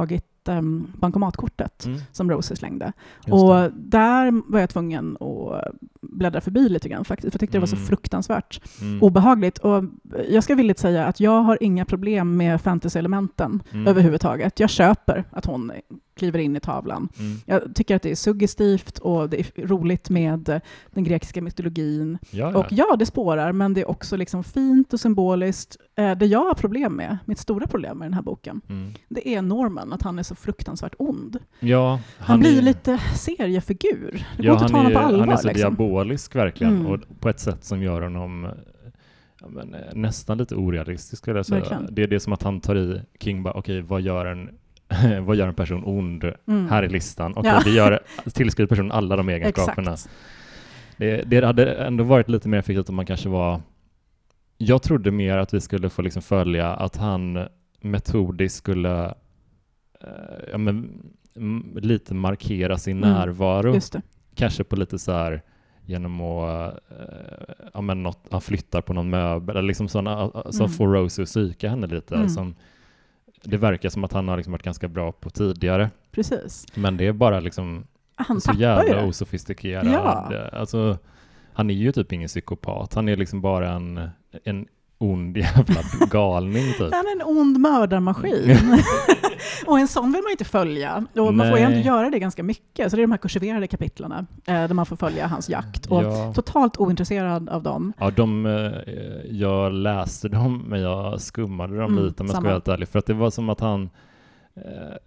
hittat um, bankomatkortet mm. som Rosie slängde. Just och det. där var jag tvungen att bläddra förbi lite grann faktiskt. För jag tyckte mm. det var så fruktansvärt mm. obehagligt. Och jag ska villigt säga att jag har inga problem med fantasy-elementen mm. överhuvudtaget. Jag köper att hon kliver in i tavlan. Mm. Jag tycker att det är suggestivt och det är roligt med den grekiska mytologin. Jaja. Och ja, det spårar, men det är också liksom fint och symboliskt. Det jag har problem med, mitt stora problem med den här boken, mm. det är Norman, att han är så fruktansvärt ond. Ja, han, han blir är... lite seriefigur. Det går ja, inte att ta honom på allvar. Han är så liksom. diabolisk verkligen, mm. och på ett sätt som gör honom ja, men, nästan lite orealistisk, skulle jag säga. Verkligen. Det är det som att han tar i King bara, okej, okay, vad gör en vad gör en person ond mm. här i listan? Och ja. det gör tillskriver personen alla de egenskaperna. Det, det hade ändå varit lite mer effektivt om man kanske var... Jag trodde mer att vi skulle få liksom följa att han metodiskt skulle äh, ja, men, m- lite markera sin mm. närvaro. Just det. Kanske på lite så här genom att äh, ja, men något, han flyttar på någon möbel eller liksom sådana som mm. får Rosie att psyka henne lite. Mm. Som, det verkar som att han har liksom varit ganska bra på tidigare. Precis. Men det är bara liksom han så jävla ju. osofistikerad. Ja. Alltså, han är ju typ ingen psykopat. Han är liksom bara en, en ond jävla galning typ. Han är en ond mördarmaskin. Och en sån vill man inte följa. Och man Nej. får ju ändå göra det ganska mycket. Så det är de här kursiverade kapitlarna eh, där man får följa hans jakt. Och ja. totalt ointresserad av dem. Ja, de, eh, jag läste dem men jag skummade dem mm, lite om jag ska vara helt ärlig. För att det var som att han... Eh,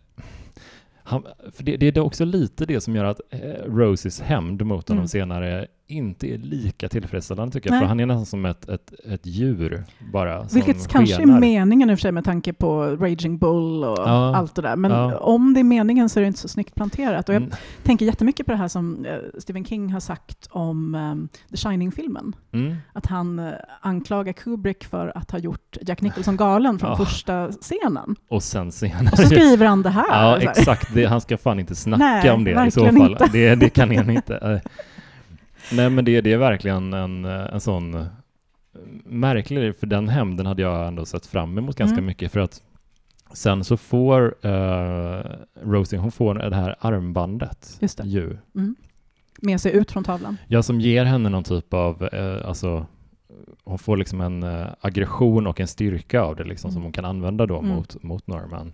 han för det, det är också lite det som gör att eh, Rosies hämnd mot honom mm. senare inte är lika tillfredsställande tycker jag. Nej. För han är nästan som ett, ett, ett djur bara. Vilket som kanske skenar. är meningen i och för sig med tanke på Raging Bull och ja. allt det där. Men ja. om det är meningen så är det inte så snyggt planterat. Och jag mm. tänker jättemycket på det här som uh, Stephen King har sagt om um, The Shining-filmen. Mm. Att han uh, anklagar Kubrick för att ha gjort Jack Nicholson galen från ja. första scenen. Och sen senare. Och så skriver han det här. Ja, exakt. Det, han ska fan inte snacka Nej, om det i så fall. Det, det kan han inte. Nej, men det, det är verkligen en, en sån märklig, för den hämnden hade jag ändå sett fram emot ganska mm. mycket, för att sen så får uh, Rosie, hon får det här armbandet. Just det. Ju. Mm. Med sig ut från tavlan. Ja, som ger henne någon typ av, uh, alltså hon får liksom en uh, aggression och en styrka av det liksom, mm. som hon kan använda då mm. mot, mot Norman.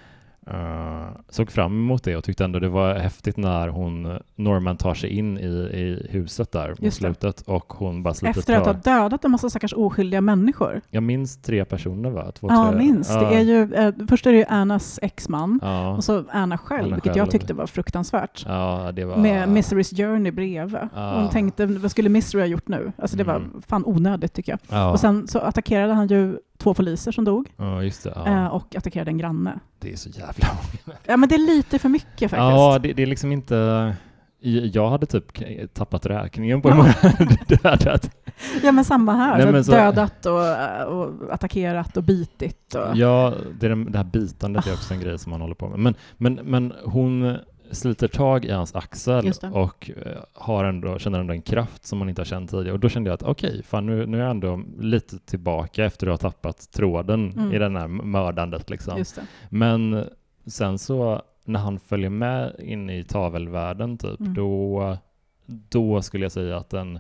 Uh, såg fram emot det och tyckte ändå det var häftigt när hon Norman tar sig in i, i huset där mot slutet och hon bara sliter efter att ha dödat en massa stackars oskyldiga människor. Jag minns tre personer va? Två, ja, tre. minst. Ja. Det är ju, eh, först är det ju Annas exman ja. och så Anna själv, Anna vilket själv. jag tyckte var fruktansvärt. Ja, det var... Med Misery's Journey bredvid. Ja. Hon tänkte, vad skulle Misery ha gjort nu? Alltså det mm. var fan onödigt tycker jag. Ja. Och sen så attackerade han ju två poliser som dog. Ja, just det. Ja. Eh, och attackerade en granne. Det är så jävla många. Ja, men det är lite för mycket faktiskt. Ja, det, det är liksom inte... Jag hade typ tappat räkningen på hur många dödat. Ja, men samma här. Nej, så men så... Dödat och, och attackerat och bitit. Och... Ja, det, är det här bitandet är också en grej som man håller på med. Men, men, men hon sliter tag i hans axel och uh, har ändå, känner ändå en kraft som man inte har känt tidigare. Och då kände jag att okej, okay, fan nu, nu är jag ändå lite tillbaka efter att ha tappat tråden mm. i den här mördandet. Liksom. Just det. Men sen så när han följer med in i tavelvärlden typ, mm. då, då skulle jag säga att den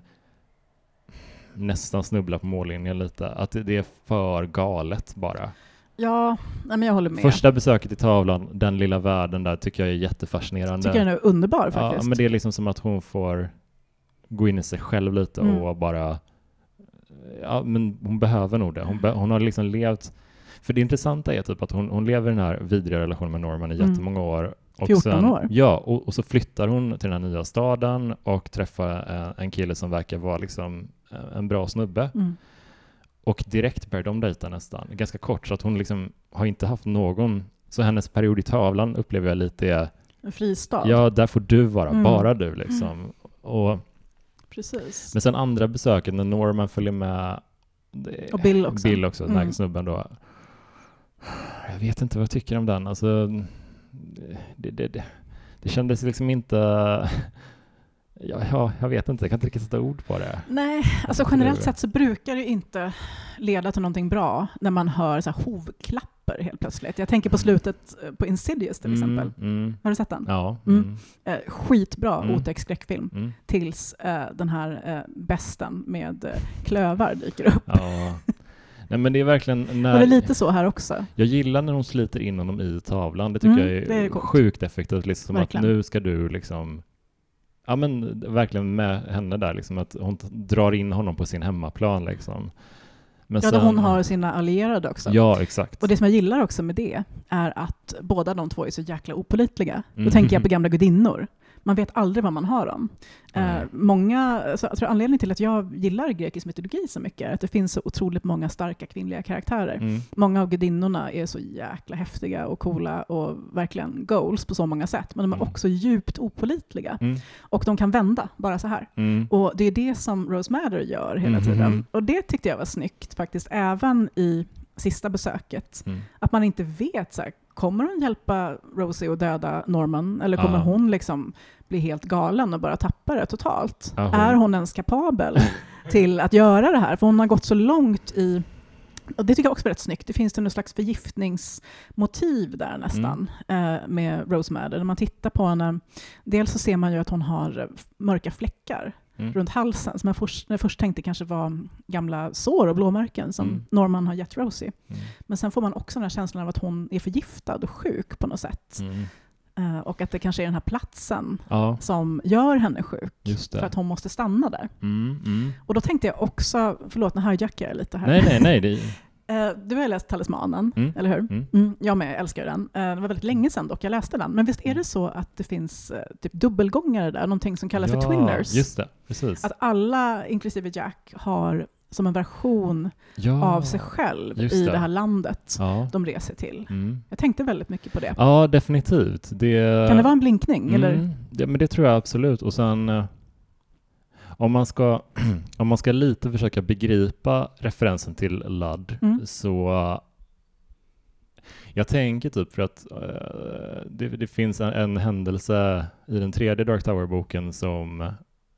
nästan snubblar på mållinjen lite. Att det, det är för galet bara. Ja, nej, men jag håller med. Första besöket i tavlan, den lilla världen där, tycker jag är jättefascinerande. Tycker den är underbar faktiskt. Ja, men det är liksom som att hon får gå in i sig själv lite mm. och bara... Ja, men hon behöver nog det. Hon, be, hon har liksom levt... För det intressanta är typ att hon, hon lever i den här vidriga relationen med Norman i mm. jättemånga år. Och fjorton sen, år. Ja, och, och så flyttar hon till den här nya staden och träffar en, en kille som verkar vara liksom en bra snubbe. Mm. Och direkt börjar de dejta nästan. Ganska kort, så att hon liksom har inte haft någon... Så hennes period i tavlan upplever jag lite... En fristad. Ja, där får du vara. Mm. Bara du liksom. Mm. Och, precis. Men sen andra besöket när Norman följer med... Det, och Bill också. Bill också, den här mm. snubben då. Jag vet inte vad jag tycker om den. Alltså, det, det, det, det kändes liksom inte... Ja, ja, jag vet inte. Jag kan inte riktigt sätta ord på det. Nej, alltså generellt sett så brukar det inte leda till någonting bra när man hör så här hovklapper helt plötsligt. Jag tänker på slutet på Insidious till exempel. Mm, mm. Har du sett den? Ja. Mm. Mm. Eh, skitbra mm. otäck skräckfilm. Mm. Tills eh, den här eh, besten med eh, klövar dyker upp. Ja. Nej, men det är verkligen när... Och det är lite så här också. Jag gillar när de sliter in honom i tavlan. Det tycker Mm, jag är, det är sjukt effektivt. Liksom att verkligen. nu ska du liksom... Ja, men verkligen med henne där. Liksom, att hon drar in honom på sin hemmaplan. Liksom. Men Ja, sen, hon har sina allierade också. Ja, exakt. Och det som jag gillar också med det är att båda de två är så jäkla opålitliga. Mm. Då tänker jag på gamla gudinnor. Man vet aldrig vad man har dem. Eh, många, så jag tror anledningen till att jag gillar grekisk mytologi så mycket är att det finns så otroligt många starka kvinnliga karaktärer. Mm. Många av gudinnorna är så jäkla häftiga och coola och verkligen goals på så många sätt. Men de är Mm. också djupt opålitliga. Mm. Och de kan vända bara så här. Mm. Och det är det som Rose Madder gör hela Mm. tiden. Och det tyckte jag var snyggt faktiskt, även i sista besöket. Mm. Att man inte vet så här, kommer hon hjälpa Rosie att döda Norman? Eller kommer Ja. hon liksom bli helt galen och bara tappa det totalt? Ja, hon- Är hon ens kapabel till att göra det här? För hon har gått så långt i... Och det tycker jag också är rätt snyggt. Det finns det någon slags förgiftningsmotiv där nästan Mm. eh, med Rose Madder. När man tittar på henne, dels så ser man ju att hon har mörka fläckar Mm. runt halsen som jag först, jag först tänkte kanske var gamla sår och blåmärken som Mm. Norman har gett Rosie. Mm. Men sen får man också den här känslan av att hon är förgiftad och sjuk på något sätt. Mm. Uh, och att det kanske är den här platsen Ja, som gör henne sjuk. just det. För att hon måste stanna där. Mm. Mm. Och då tänkte jag också, förlåt nu hijackar jag lite här. Nej, nej, nej. Det... Uh, du har läst Talismanen, Mm. eller hur? Mm. Mm, jag med, jag älskar den. Uh, det var väldigt länge sedan dock jag läste den. Men visst är det så att det finns uh, typ dubbelgångare där, någonting som kallas ja, för twinners? Just det, precis. Att alla, inklusive Jack, har som en version ja, av sig själv just i det. det här landet Ja. de reser till. Mm. Jag tänkte väldigt mycket på det. Ja, definitivt. Det... Kan det vara en blinkning? Mm. Eller? Ja, men det tror jag absolut. Och sen eh, om man ska om man ska lite försöka begripa referensen till Ludd Mm. så uh, jag tänker typ för att uh, det, det finns en, en händelse i den tredje Dark Tower-boken som uh,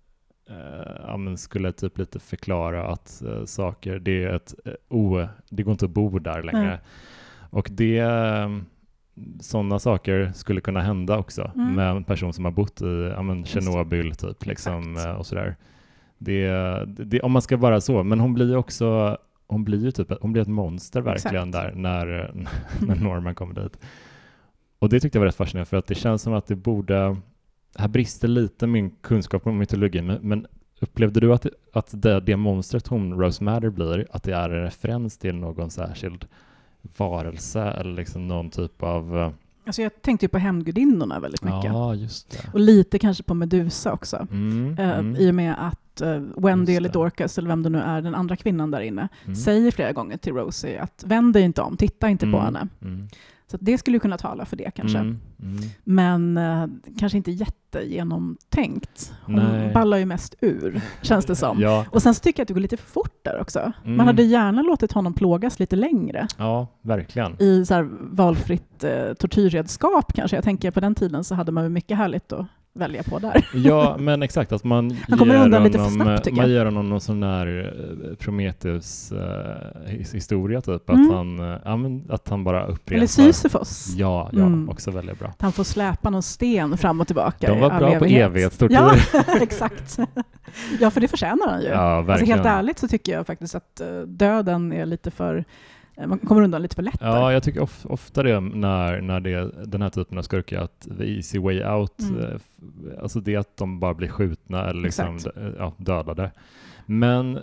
ja, men skulle typ lite förklara att uh, saker, det är ett uh, o, det går inte att bo där längre. Mm. Och det uh, sådana saker skulle kunna hända också Mm. med en person som har bott i ja, men Tjernobyl typ liksom, Exakt. uh, och sådär. Det, det, om man ska vara så, men hon blir också hon blir ju typ hon blir ett monster verkligen Exakt. där när, när Norman kommer dit. Och det tyckte jag var rätt fascinerande för att det känns som att det borde här brister lite min kunskap om mytologi, men, men upplevde du att, att det, det monstret hon Rose Madder blir, att det är en referens till någon särskild varelse eller liksom någon typ av... Alltså jag tänkte ju på hämndgudinnorna väldigt mycket. Ja, just det. Och lite kanske på Medusa också. Mm, Uh, mm, I och med att uh, Wendy Just eller det. Dorcas, eller vem det nu är, den andra kvinnan där inne, mm, säger flera gånger till Rosie att vänd dig inte om, titta inte på mm, henne. mm, Så att det skulle ju kunna tala för det kanske. mm, mm. Men uh, kanske inte jättegenomtänkt. Hon Nej. ballar ju mest ur, känns det som. Ja, Och sen så tycker jag att det går lite för fort där också. Mm. Man hade gärna låtit honom plågas lite längre. ja, verkligen. I så här valfritt eh, tortyrredskap kanske. Jag tänker på den tiden så hade man ju mycket härligt att välja på där. Ja, men exakt att man Han kommer ger undan lite för honom, snabbt, tycker man jag. ger honom någon sån där uh, Prometheus uh, his- historia typ, Mm. att, han, uh, ja, men, att han bara upprepar. Eller Sisyfos. Ja, ja, Mm. också väldigt bra. Att han får släpa någon sten fram och tillbaka. De i var all bra på evighet. evighetstortyr. Ja, exakt. Ja, för det förtjänar han ju. Ja, Alltså verkligen. helt ärligt så tycker jag faktiskt att uh, döden är lite för... uh, Man kommer undan lite för lätt där. Ja, jag tycker of, ofta det när, när det är den här typen av skurkar att the easy way out, Mm. eh, f- alltså det att de bara blir skjutna eller liksom Exakt. d- ja, dödade. Men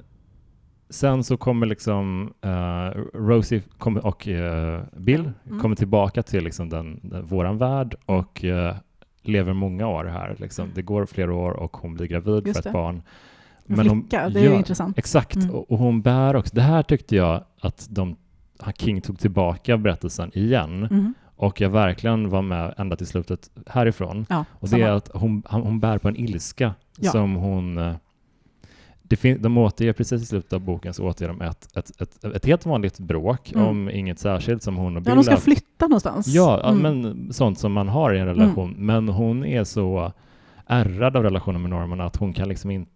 sen så kommer liksom uh, Rosie kommer, och uh, Bill Mm. kommer tillbaka till liksom den, den, våran värld och uh, lever många år här. Liksom. Det går flera år och hon blir gravid Just för ett det. barn. En Men hon- flicka, det är ja, intressant. Exakt, Mm. och, och hon bär också. Det här tyckte jag att de, King tog tillbaka berättelsen igen. Mhm. Och jag verkligen var med ända till slutet härifrån. Ja, Och det samma. är att hon, han- hon bär på en ilska Ja. som hon... eh, Det fin- de återger precis i slutet av boken så återger de ett, ett, ett, ett helt vanligt bråk Mm. om inget särskilt som hon och Bill Ja, de ska haft. flytta någonstans. Ja, ja, Mm. men sånt som man har i en relation. Men hon är så ärrad av relationen med Norman, att hon kan liksom inte...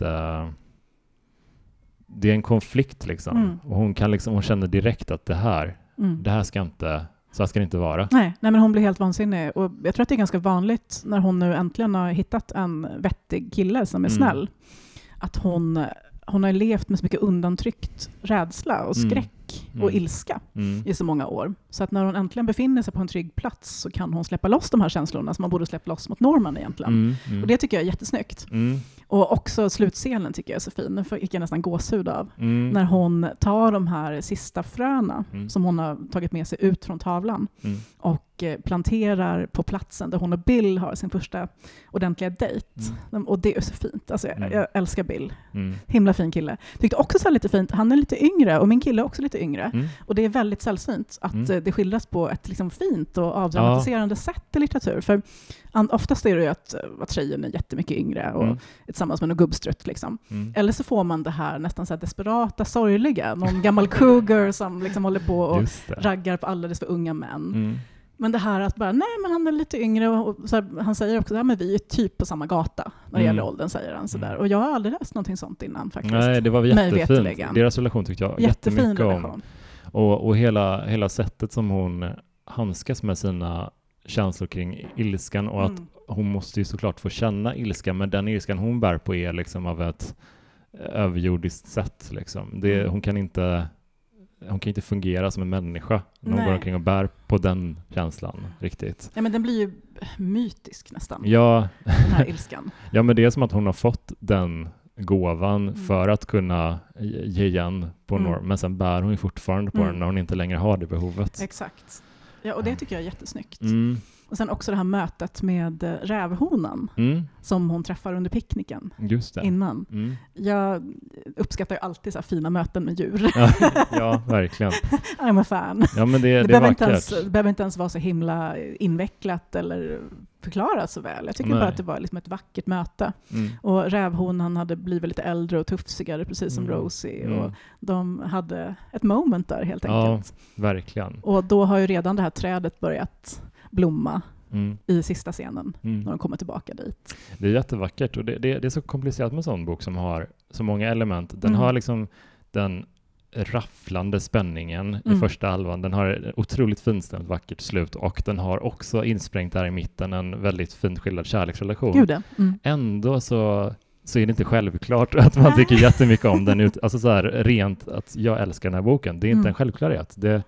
Det är en konflikt liksom. Mm. Och hon kan liksom, hon känner direkt att det här, mm. det här ska inte, så här ska det inte vara. Nej, nej, men hon blir helt vansinnig. Och jag tror att det är ganska vanligt när hon nu äntligen har hittat en vettig kille som är mm. snäll. Att hon, hon har levt med så mycket undantryckt rädsla och skräck mm. och ilska mm. i så många år. Så att när hon äntligen befinner sig på en trygg plats så kan hon släppa loss de här känslorna som man borde släppa loss mot Norman egentligen. Mm. Mm. Och det tycker jag är jättesnyggt. Mm. Och också slutscenen tycker jag är så fin. Den fick jag nästan gåshud av. Mm. När hon tar de här sista fröna mm. som hon har tagit med sig ut från tavlan mm. och planterar på platsen där hon och Bill har sin första ordentliga dejt. Mm. Och det är så fint. Alltså, jag, mm. jag älskar Bill. Mm. Himla fin kille. Tyckte också så här lite fint. Han är lite yngre och min kille är också lite yngre. Mm. Och det är väldigt sällsynt att mm. det skildras på ett liksom fint och avdramatiserande ja. sätt i litteratur. För oftast är det ju att, att tjejen är jättemycket yngre och mm. tillsammans med någon gubbstrutt. Liksom. Mm. Eller så får man det här nästan så här desperata, sorgliga. Någon gammal cougar som liksom håller på och raggar på alldeles för unga män. Mm. Men det här att bara, nej men han är lite yngre och, och så här, han säger också, ja men vi är typ på samma gata när det mm. gäller åldern, säger han sådär. Och jag har aldrig läst någonting sånt innan faktiskt. Nej, det var jättefint. Deras relation tyckte jag jättefin jättemycket relation. om. Och, och hela, hela sättet som hon handskas med sina känslor kring ilskan och mm. att hon måste ju såklart få känna ilskan, men den ilskan hon bär på är liksom av ett överjordiskt sätt. Liksom. Det, mm. hon kan inte... Hon kan inte fungera som en människa när hon går omkring och bär på den känslan riktigt. Ja, men den blir ju mytisk nästan. Ja. Den här ilskan. Ja, men det är som att hon har fått den gåvan mm. för att kunna ge igen på mm. Norm. Men sen bär hon ju fortfarande på mm. den när hon inte längre har det behovet. Exakt. Ja, och det tycker jag är jättesnyggt. Mm. Och sen också det här mötet med rävhonan mm. som hon träffar under picknicken. Just det. Innan. Mm. Jag uppskattar ju alltid så här fina möten med djur. Ja, ja verkligen. I'm a fan. Ja, men det, det, det, behöver inte ens, det behöver inte ens vara så himla invecklat eller förklaras så väl. Jag tycker Nej. bara att det var liksom ett vackert möte. Mm. Och rävhonan hade blivit lite äldre och tuffsigare, precis som mm. Rosie. Mm. Och de hade ett moment där helt enkelt. Ja, verkligen. Och då har ju redan det här trädet börjat blomma mm. i sista scenen mm. när de kommer tillbaka dit. Det är jättevackert och det, det, det är så komplicerat med en sån bok som har så många element. Den Mm. har liksom den rafflande spänningen Mm. i första halvan. Den har ett otroligt finstämt vackert slut och den har också insprängt där i mitten en väldigt fint skildrad kärleksrelation. Gud, ja. Mm. Ändå så, så är det inte självklart att man tycker jättemycket om den. Ut, alltså så här rent att jag älskar den här boken. Det är inte mm. en självklarhet. Det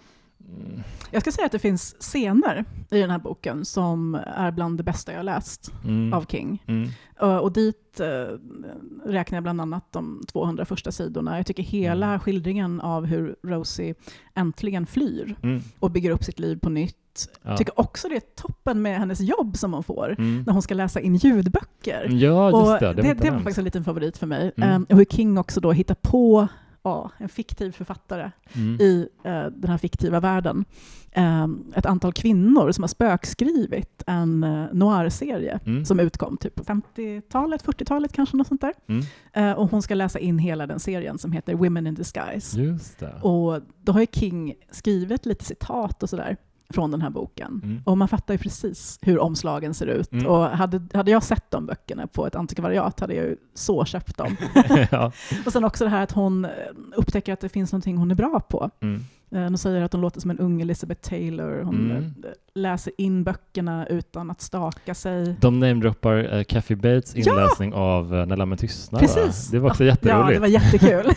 Jag ska säga att det finns scener i den här boken som är bland det bästa jag läst mm. av King. Mm. Uh, och dit uh, räknar jag bland annat de tvåhundra första sidorna. Jag tycker hela mm. skildringen av hur Rosie äntligen flyr mm. och bygger upp sitt liv på nytt. Jag ja. tycker också det är toppen med hennes jobb som hon får mm. när hon ska läsa in ljudböcker. Ja, just det. Och det, det, det var faktiskt en liten favorit för mig. Mm. Um, och hur King också då hittar på Ja, en fiktiv författare mm. i uh, den här fiktiva världen. Um, ett antal kvinnor som har spökskrivit en uh, noir-serie mm. som utkom typ på femtiotalet, fyrtiotalet kanske, något sånt där. Mm. Uh, och hon ska läsa in hela den serien som heter Women in Disguise. Just det. Och då har ju King skrivit lite citat och sådär från den här boken. Mm. Och man fattar ju precis hur omslagen ser ut. Mm. Och hade, hade jag sett de böckerna på ett antikvariat hade jag ju så köpt dem. Ja. Och sen också det här att hon upptäcker att det finns någonting hon är bra på. Mm. Hon säger att hon låter som en ung Elizabeth Taylor. Hon mm. läser in böckerna utan att staka sig. De namedroppar uh, Kathy Bates inläsning ja! av uh, När lammen tystnar. Precis. Det var också jätteroligt. Ja, det var jättekul.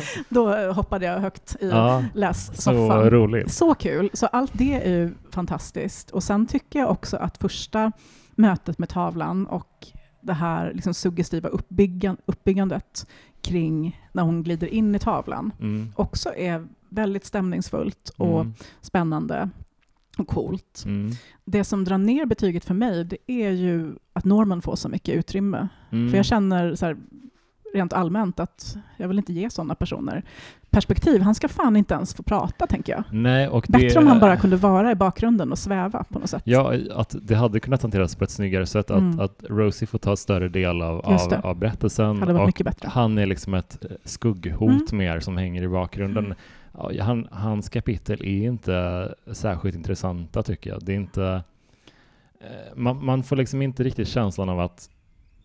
Då hoppade jag högt i ja, lässoffan. Så roligt. Så kul. Så allt det är ju fantastiskt. Och sen tycker jag också att första mötet med tavlan och det här liksom suggestiva uppbyggan, uppbyggandet kring när hon glider in i tavlan mm. också är väldigt stämningsfullt och mm. spännande och coolt. Mm. Det som drar ner betyget för mig, det är ju att Norman får så mycket utrymme. Mm. För jag känner så här, rent allmänt att jag vill inte ge sådana personer perspektiv. Han ska fan inte ens få prata, tänker jag. Nej, och Bättre det... om han bara kunde vara i bakgrunden och sväva på något sätt. Ja, att det hade kunnat hanteras på ett snyggare sätt. Mm. Att, att Rosie får ta större del av, av, av berättelsen. Hade varit och mycket bättre. Han är liksom ett skugghot mm. mer som hänger i bakgrunden. Mm. Ja, han, hans kapitel är inte särskilt intressanta, tycker jag. Det är inte... Man, man får liksom inte riktigt känslan av att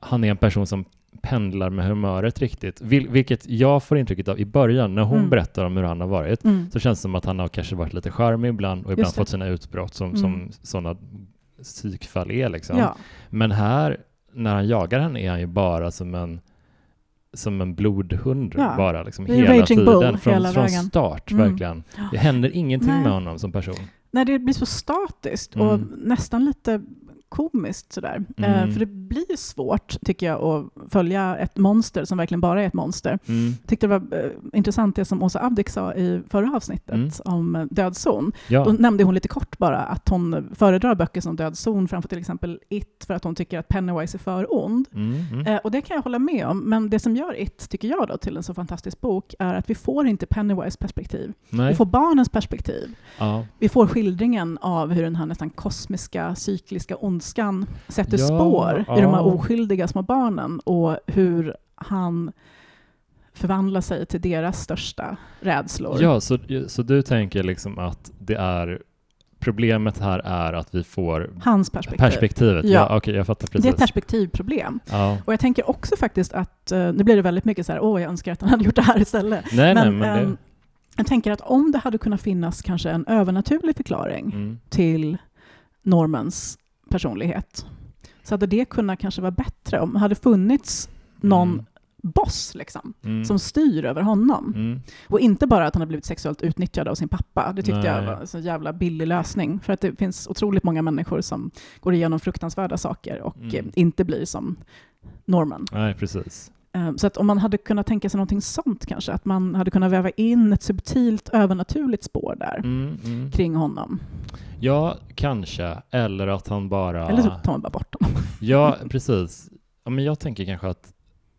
han är en person som pendlar med humöret riktigt. Vil- vilket jag får intrycket av i början när hon mm. berättar om hur han har varit. Mm. Så känns det som att han har kanske varit lite charmig ibland och ibland fått sina utbrott som, mm. som sådana psykfall är liksom. Ja. Men här, när han jagar henne är han ju bara som en som en blodhund ja. bara liksom hela tiden. Bull, från, hela från start, mm. verkligen. Det händer ingenting Nej. med honom som person. Nej, det blir så statiskt och mm. nästan lite komiskt sådär. Mm. Uh, för det blir svårt, tycker jag, att följa ett monster som verkligen bara är ett monster. Mm. Tyckte det var uh, intressant det som Åsa Avdik sa i förra avsnittet mm. om uh, Dödszon. Ja. Då nämnde hon lite kort bara att hon föredrar böcker som Dödszon framför till exempel It för att hon tycker att Pennywise är för ond. Mm. Mm. Uh, och det kan jag hålla med om. Men det som gör It, tycker jag då, till en så fantastisk bok är att vi får inte Pennywise perspektiv. Nej. Vi får barnens perspektiv. Ja. Vi får skildringen av hur den här nästan kosmiska, cykliska ondskan sätter ja, spår ja. i de här oskyldiga små barnen och hur han förvandlar sig till deras största rädslor. Ja, så, så du tänker liksom att det är problemet här är att vi får hans perspektiv. perspektivet. Ja, ja okej, jag fattar precis. Det är ett perspektivproblem. Ja. Och jag tänker också faktiskt att uh, nu blir det väldigt mycket så här, åh jag önskar att han hade gjort det här istället. Nej, men, nej, men um, det... jag tänker att om det hade kunnat finnas kanske en övernaturlig förklaring mm. till Normans personlighet, så hade det kunnat kanske vara bättre om det hade funnits någon mm. boss liksom, mm. som styr över honom. Mm. Och inte bara att han har blivit sexuellt utnyttjad av sin pappa. Det tyckte Nej. jag var en så jävla billig lösning. För att det finns otroligt många människor som går igenom fruktansvärda saker och mm. inte blir som Norman. Nej, precis. Så att om man hade kunnat tänka sig någonting sånt kanske, att man hade kunnat väva in ett subtilt övernaturligt spår där mm, mm. kring honom. Ja, kanske. Eller att han bara... Eller så tar man bara bort honom. Ja, precis. Ja, men jag tänker kanske att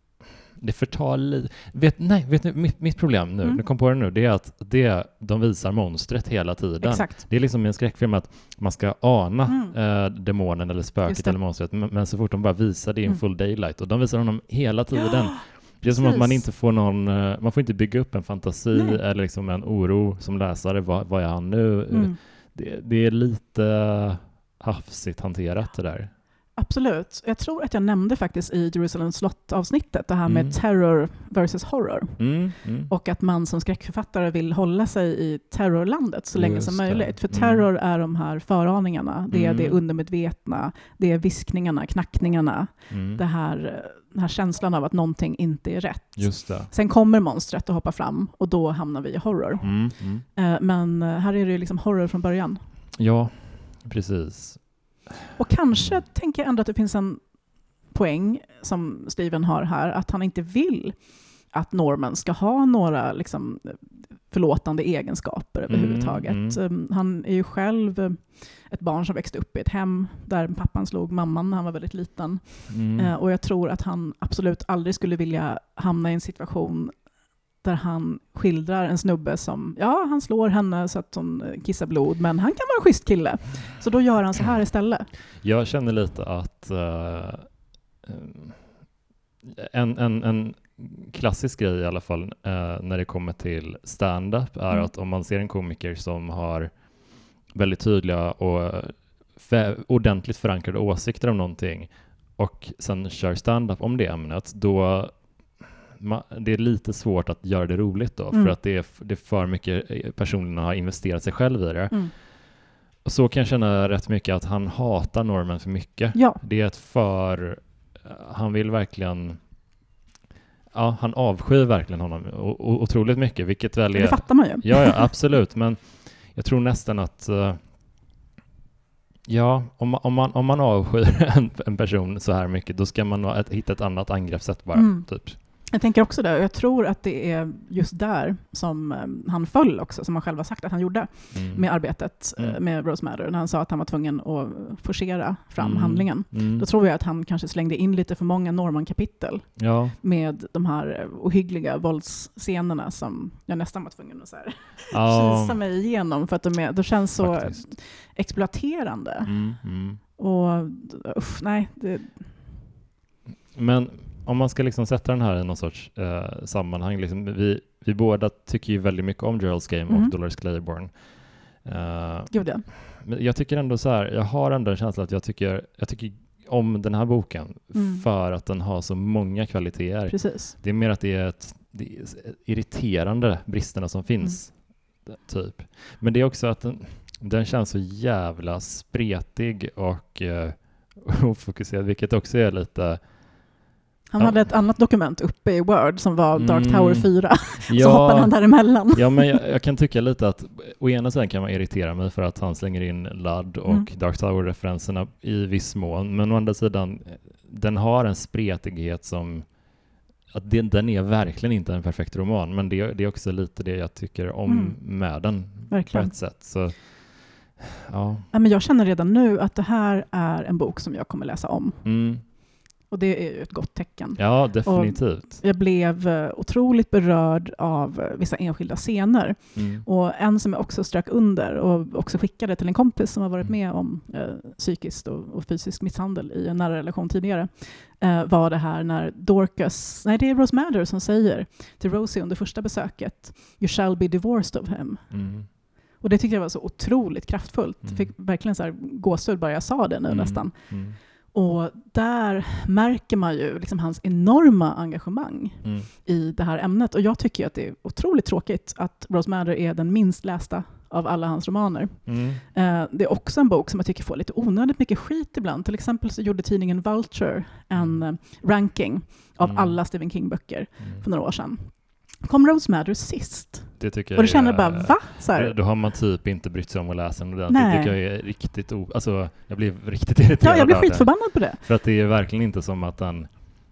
det förtar lite... Vet, nej, vet ni, mitt, mitt problem nu, mm. nu kom på det nu, det är att det, de visar monstret hela tiden. Exakt. Det är liksom en skräckfilm att man ska ana mm. äh, demonen eller spöket eller monstret, men, men så fort de bara visar det i en mm. full daylight, och de visar honom hela tiden. Ja, det är som att man inte får någon, man får inte bygga upp en fantasi nej. eller liksom en oro som läsare, vad, vad är han nu? Mm. Det, det är lite hafsigt hanterat det där. Absolut. Jag tror att jag nämnde faktiskt i Jerusalem slott-avsnittet det här mm. med terror versus horror. Mm, mm. Och att man som skräckförfattare vill hålla sig i terrorlandet så länge Just som möjligt. För terror mm. är de här föraningarna. Det är mm. det undermedvetna. Det är viskningarna, knackningarna. Mm. Det här, den här känslan av att någonting inte är rätt. Just det. Sen kommer monstret att hoppa fram och då hamnar vi i horror. Mm, mm. Men här är det ju liksom horror från början. Ja, precis. Och kanske mm. tänker jag ändå att det finns en poäng som Steven har här, att han inte vill att Norman ska ha några liksom, förlåtande egenskaper mm, överhuvudtaget. Mm. Han är ju själv ett barn som växte upp i ett hem där pappan slog mamman när han var väldigt liten. Mm. Och jag tror att han absolut aldrig skulle vilja hamna i en situation där han skildrar en snubbe som, ja, han slår henne så att hon kissar blod, men han kan vara en schysst kille. Så då gör han så här istället. Jag känner lite att uh, en, en, en klassisk grej i alla fall uh, när det kommer till stand-up är mm. att om man ser en komiker som har väldigt tydliga och f- ordentligt förankrade åsikter om någonting och sen kör stand-up om det ämnet, då det är lite svårt att göra det roligt då, mm. för att det är, det är för mycket personerna har investerat sig själv i det. Mm. Och så kan jag känna rätt mycket att han hatar Norman för mycket. Ja. Det är ett för... Han vill verkligen... Ja, han avskyr verkligen honom o- o- otroligt mycket, vilket väl är... Det fattar man ju. Ja, ja, absolut. Men jag tror nästan att... Uh, ja, om man, om man, om man avskyr en, en person så här mycket, då ska man ett, hitta ett annat angreppssätt bara, mm. typ. Jag tänker också det. Jag tror att det är just där som han föll också, som han själv har sagt att han gjorde mm. med arbetet mm. med Rose Madder. När han sa att han var tvungen att forcera fram mm. handlingen. Mm. Då tror jag att han kanske slängde in lite för många Norman-kapitel ja. med de här ohyggliga våldsscenerna som jag nästan var tvungen att så här oh. kisa mig igenom för att de, är, de känns så Faktiskt. exploaterande. Mm. Mm. Och usch, nej. Det... Men om man ska liksom sätta den här i någon sorts eh, sammanhang, liksom, vi, vi båda tycker ju väldigt mycket om Gerald's Game mm. och Dolores Claiborne. Uh, God, ja. Men jag tycker ändå så här, jag har ändå en känsla att jag tycker, jag tycker om den här boken Mm. för att den har så många kvaliteter. Precis. Det är mer att det är, ett, det är irriterande bristerna som finns. Mm. Typ. Men det är också att den, den känns så jävla spretig och uh, ofokuserad, vilket också är lite... Han ja. hade ett annat dokument uppe i Word som var Dark Mm. Tower fyra. Så Ja. hoppade han däremellan. Ja, men jag, jag kan tycka lite att å ena sidan kan man irritera mig för att han slänger in L U D och mm. Dark Tower-referenserna i viss mån. Men å andra sidan, den har en spretighet som... Att det, den är verkligen inte en perfekt roman, men det, det är också lite det jag tycker om mm. med den. Verkligen. På ett sätt. Så, ja. Ja, men jag känner redan nu att det här är en bok som jag kommer läsa om. Mm. Och det är ju ett gott tecken. Ja, definitivt. Och jag blev otroligt berörd av vissa enskilda scener. Mm. Och en som jag också strök under och också skickade till en kompis som har varit med om eh, psykiskt och, och fysisk misshandel i en nära relation tidigare eh, var det här när Dorcas, nej det är Rose Madder som säger till Rosie under första besöket, "You shall be divorced of him." Mm. Och det tyckte jag var så otroligt kraftfullt. Mm. Fick verkligen så här gåshud bara jag sa det nu mm. nästan. Mm. Och där märker man ju liksom hans enorma engagemang mm. i det här ämnet. Och jag tycker att det är otroligt tråkigt att Rose Madder är den minst lästa av alla hans romaner. Mm. Eh, det är också en bok som jag tycker får lite onödigt mycket skit ibland. Till exempel så gjorde tidningen Vulture en eh, ranking av mm. alla Stephen King-böcker mm. för några år sedan. Kom Rose Madder sist? Det tycker och du jag känner är, bara, va? Så här. Då har man typ inte brytt sig om att läsa den. Det tycker jag är riktigt... O- alltså, jag blir riktigt irriterad. Ja, jag blir skitförbannad på det. För att det är verkligen inte som att den...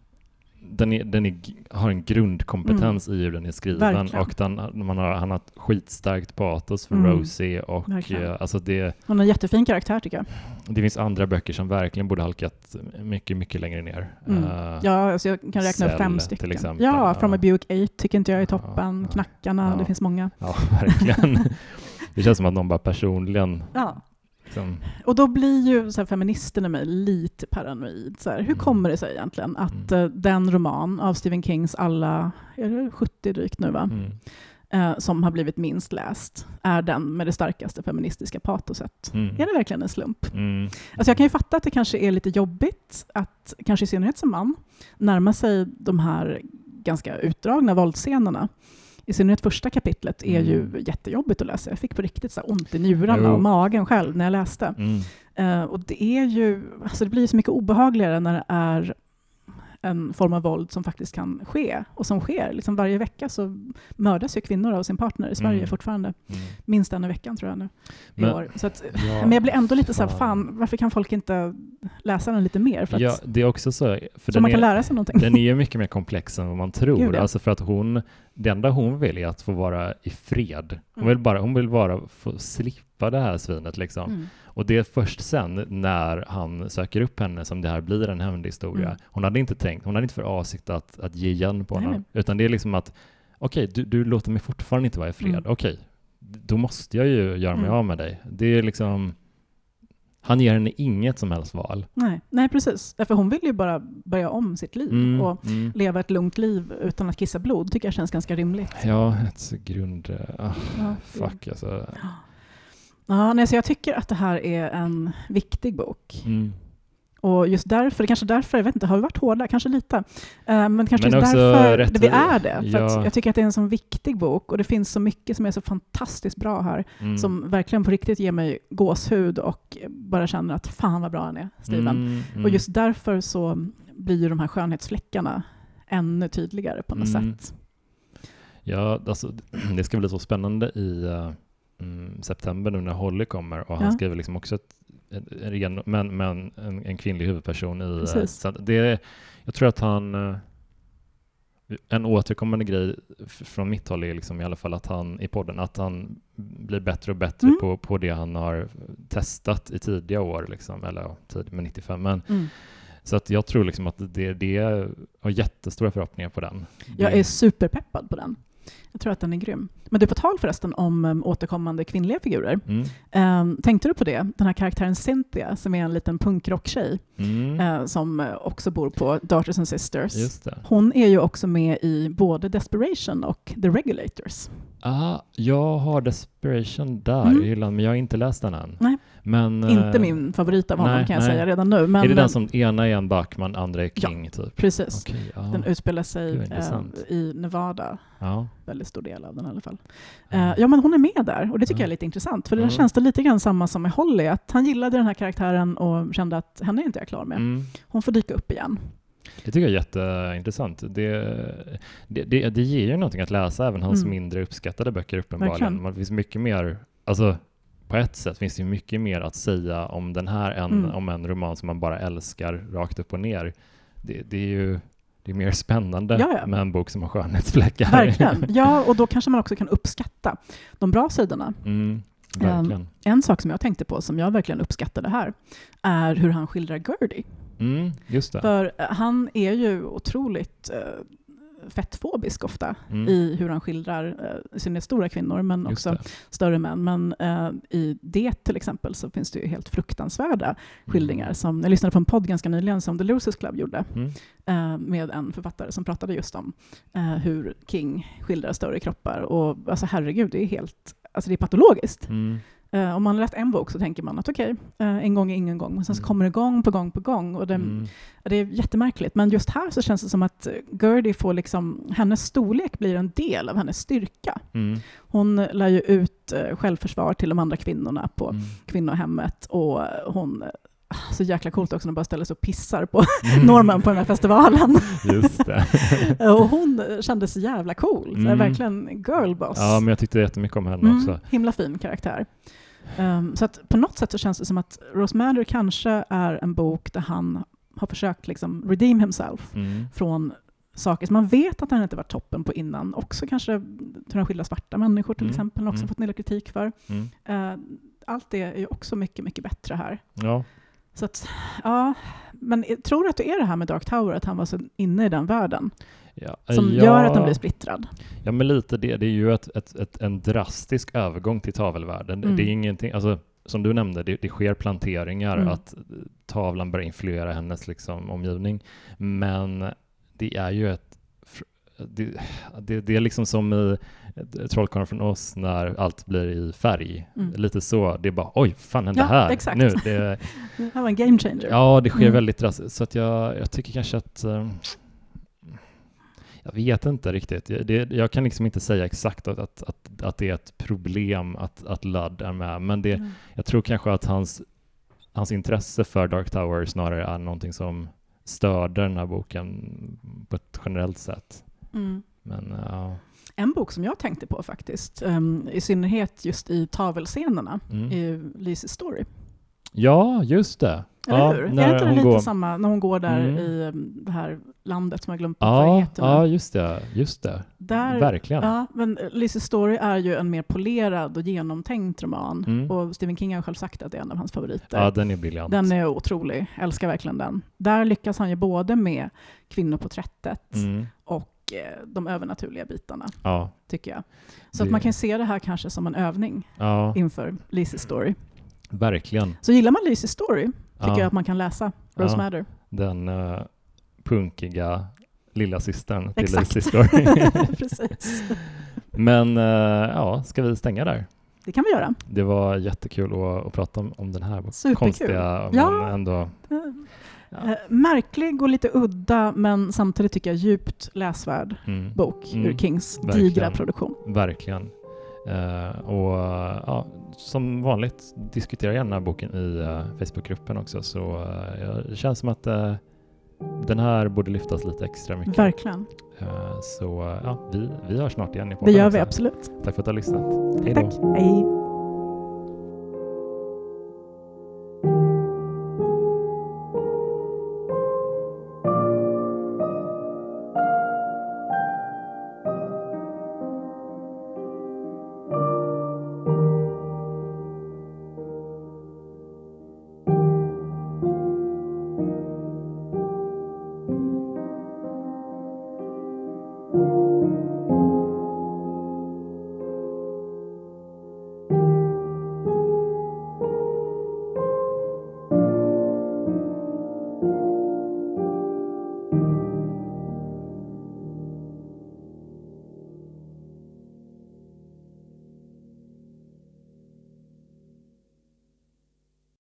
Den, är, den är, har en grundkompetens mm. i hur den är skriven. Verkligen. Och den, man har, han har ett skitstarkt patos för mm. Rosie. Och, eh, alltså det, hon är en jättefin karaktär tycker jag. Det finns andra böcker som verkligen borde halkat mycket, mycket längre ner. Mm. Uh, ja, alltså jag kan räkna upp fem stycken. Till exempel. Ja, From a Buick åtta tycker inte jag är toppen. Ja, Knackarna, ja. Det finns många. Ja, verkligen. Det känns som att någon bara personligen... Ja. Som... Och då blir ju så här, feministen i mig lite paranoid. Så här, hur mm. kommer det sig egentligen att mm. uh, den roman av Stephen Kings alla, är det sjuttio drygt nu va? Mm. Uh, som har blivit minst läst är den med det starkaste feministiska patoset. Mm. Är det verkligen en slump? Mm. Alltså jag kan ju fatta att det kanske är lite jobbigt att, kanske i synnerhet som man, närma sig de här ganska utdragna våldsscenerna. I synnerhet första kapitlet är ju mm. jättejobbigt att läsa. Jag fick på riktigt så ont i njurarna jo. och magen själv när jag läste. Mm. Uh, och det är ju, alltså det blir så mycket obehagligare när det är en form av våld som faktiskt kan ske och som sker. Liksom varje vecka så mördas ju kvinnor av sin partner i Sverige mm. fortfarande. Mm. Minst en i veckan tror jag nu i men, år. Så att, ja, men jag blir ändå lite fan. så här, fan, varför kan folk inte läsa den lite mer? För att, ja, det är också så. För så man kan är, lära sig någonting. Den är ju mycket mer komplex än vad man tror. Gud, ja. Alltså för att hon, det enda hon vill är att få vara i fred. Hon vill bara, hon vill bara få slippa det här svinet liksom. Mm. Och det är först sen när han söker upp henne som det här blir en hämndhistoria. Mm. Hon hade inte tänkt, hon hade inte för avsikt att, att ge igen på honom. Utan det är liksom att, okej, okay, du, du låter mig fortfarande inte vara i fred. Mm. Okej, okay, då måste jag ju göra mig mm. av med dig. Det är liksom, han ger henne inget som helst val. Nej, nej precis. Därför hon vill ju bara börja om sitt liv mm. och mm. leva ett lugnt liv utan att kissa blod. Tycker jag känns ganska rimligt. Ja, ett grund... Uh, ja, fuck alltså. Ja. Ja, nej, så jag tycker att det här är en viktig bok. Mm. Och just därför, kanske därför, jag vet inte, har vi varit hårda? Kanske lite. Uh, men kanske men just därför det vi är det. För ja. att jag tycker att det är en sån viktig bok och det finns så mycket som är så fantastiskt bra här. Mm. Som verkligen på riktigt ger mig gåshud och bara känner att fan vad bra han är, Steven. Mm, mm. Och just därför så blir ju de här skönhetsfläckarna ännu tydligare på något mm. sätt. Ja, alltså, det ska bli så spännande i... Uh... Mm, september nu när Holly kommer och ja. han skriver liksom också ett, ett, ett, men, men en, en kvinnlig huvudperson i så det, jag tror att han en återkommande grej från mitt håll är liksom i alla fall att han i podden att han blir bättre och bättre mm. på, på det han har testat i tidiga år liksom, eller ja, tid med nittiofem men mm. så att jag tror liksom att det, det har jättestora förhoppningar på den. Jag är superpeppad på den. Jag tror att den är grym. Men du, på tal förresten om um, återkommande kvinnliga figurer. Mm. Um, tänkte du på det? Den här karaktären Cynthia som är en liten punkrocktjej mm. uh, som uh, också bor på Daughters and Sisters. Just det. Hon är ju också med i både Desperation och The Regulators. Ah, jag har Desperation där mm. i hyllan, men jag har inte läst den än. Nej. Men, inte min favorit av honom nej, kan jag nej. säga redan nu. Men, är det den som ena är en Bachman, andra är King? Ja, typ? precis. Okay, ja. Den utspelar sig eh, i Nevada. Ja. Väldigt stor del av den i alla fall. Mm. Uh, ja, men hon är med där och det tycker mm. jag är lite intressant. För det mm. känns det lite grann samma som med Holly. Att han gillade den här karaktären och kände att henne är inte jag klar med. Mm. Hon får dyka upp igen. Det tycker jag är jätteintressant. Det, det, det, det ger ju någonting att läsa även hans mm. mindre uppskattade böcker uppenbarligen. Man finns mycket mer, alltså på ett sätt finns det mycket mer att säga om den här än mm. om en roman som man bara älskar rakt upp och ner. Det, det är ju det är mer spännande ja, ja. med en bok som har skönhetsfläckar. Verkligen. Ja, och då kanske man också kan uppskatta de bra sidorna. Mm. Verkligen. Um, en sak som jag tänkte på som jag verkligen uppskattade här är hur han skildrar Gertie. Mm, just det. För uh, han är ju otroligt uh, fettfobisk ofta mm. i hur han skildrar uh, sina stora kvinnor men just också det. större män. Men uh, i det till exempel så finns det ju helt fruktansvärda mm. skildringar. Som, jag lyssnade på en podd ganska nyligen som The Losers Club gjorde mm. uh, med en författare som pratade just om uh, hur King skildrar större kroppar. Och alltså herregud, det är helt alltså det är patologiskt. Mm. Uh, om man har läst en bok så tänker man att okej, okay, uh, en gång är ingen gång. Men sen så kommer det gång på gång på gång. Och det, mm. det är jättemärkligt. Men just här så känns det som att Gertie får liksom, hennes storlek blir en del av hennes styrka. Mm. Hon lär ju ut uh, självförsvar till de andra kvinnorna på mm. kvinnohemmet. Och hon, uh, så jäkla coolt också när hon bara ställer sig och pissar på mm. Norman på den här festivalen. Just det. Och hon kändes jävla cool. Mm. Verkligen girlboss. Ja, men jag tyckte jättemycket om henne mm. också. Himla fin karaktär. Um, så att på något sätt så känns det som att Rose Madder kanske är en bok där han har försökt liksom redeem himself mm. från saker som man vet att han inte varit toppen på innan. Också kanske hur han skildrar svarta människor till mm. exempel, också mm. fått en del kritik för. Mm. Uh, allt det är ju också mycket, mycket bättre här. Ja. Så att, ja, men jag tror att det är det här med Dark Tower, att han var så inne i den världen. Ja, som ja, gör att den blir splittrad. Ja, men lite det. Det är ju ett, ett, ett, en drastisk övergång till tavelvärlden. Mm. Det är ingenting, alltså, som du nämnde, det, det sker planteringar mm. att tavlan börjar influera hennes liksom, omgivning. Men det är ju ett det, det, det är liksom som i Trollkarlen från Oz när allt blir i färg. Mm. Lite så. Det är bara, oj, fan hände ja, här? Exakt. Nu, det, det här var en game changer. Ja, det sker mm. väldigt drastiskt. Så att jag, jag tycker kanske att um, jag vet inte riktigt. Det, jag kan liksom inte säga exakt att, att, att, att det är ett problem att, att Ludd är med. Men det, mm. jag tror kanske att hans, hans intresse för Dark Tower snarare är någonting som störde den här boken på ett generellt sätt. Mm. Men, uh... En bok som jag tänkte på faktiskt, um, i synnerhet just i tavelscenerna, mm. är Lizzie's Story. Ja, just det. Eller ja, hur? Är inte det lite går... samma när hon går där mm. i det här landet som jag glömt på ja, vad heter? Ja, just det. Just det. Där, verkligen. Ja, men Lizzie's Story är ju en mer polerad och genomtänkt roman. Mm. Och Stephen King har själv sagt att det är en av hans favoriter. Ja, den är briljant. Den är otrolig. Jag älskar verkligen den. Där lyckas han ju både med kvinnoporträttet mm. och de övernaturliga bitarna, ja. tycker jag. Så det... att man kan se det här kanske som en övning ja. inför Lizzie's Story. Verkligen. Så gillar man Lizzie's Story tycker ja. jag att man kan läsa Rose ja. Madder. Den uh, punkiga lilla systern till Exakt. Lizzie's Story. Precis. Men uh, ja, ska vi stänga där? Det kan vi göra. Det var jättekul att, att prata om, om den här Superkul. konstiga ja. men ändå... Ja. Märklig och lite udda, men samtidigt tycker jag djupt läsvärd mm. bok mm. ur Kings Verkligen. digra produktion. Verkligen. Uh, och uh, ja, som vanligt diskutera gärna boken i uh, Facebookgruppen också, så uh, det känns som att uh, den här borde lyftas lite extra mycket. Verkligen. Uh, så uh, ja, vi, vi hörs snart igen i podden. Det gör också. vi absolut. Tack för att du har lyssnat. Hej då. Tack. Hej.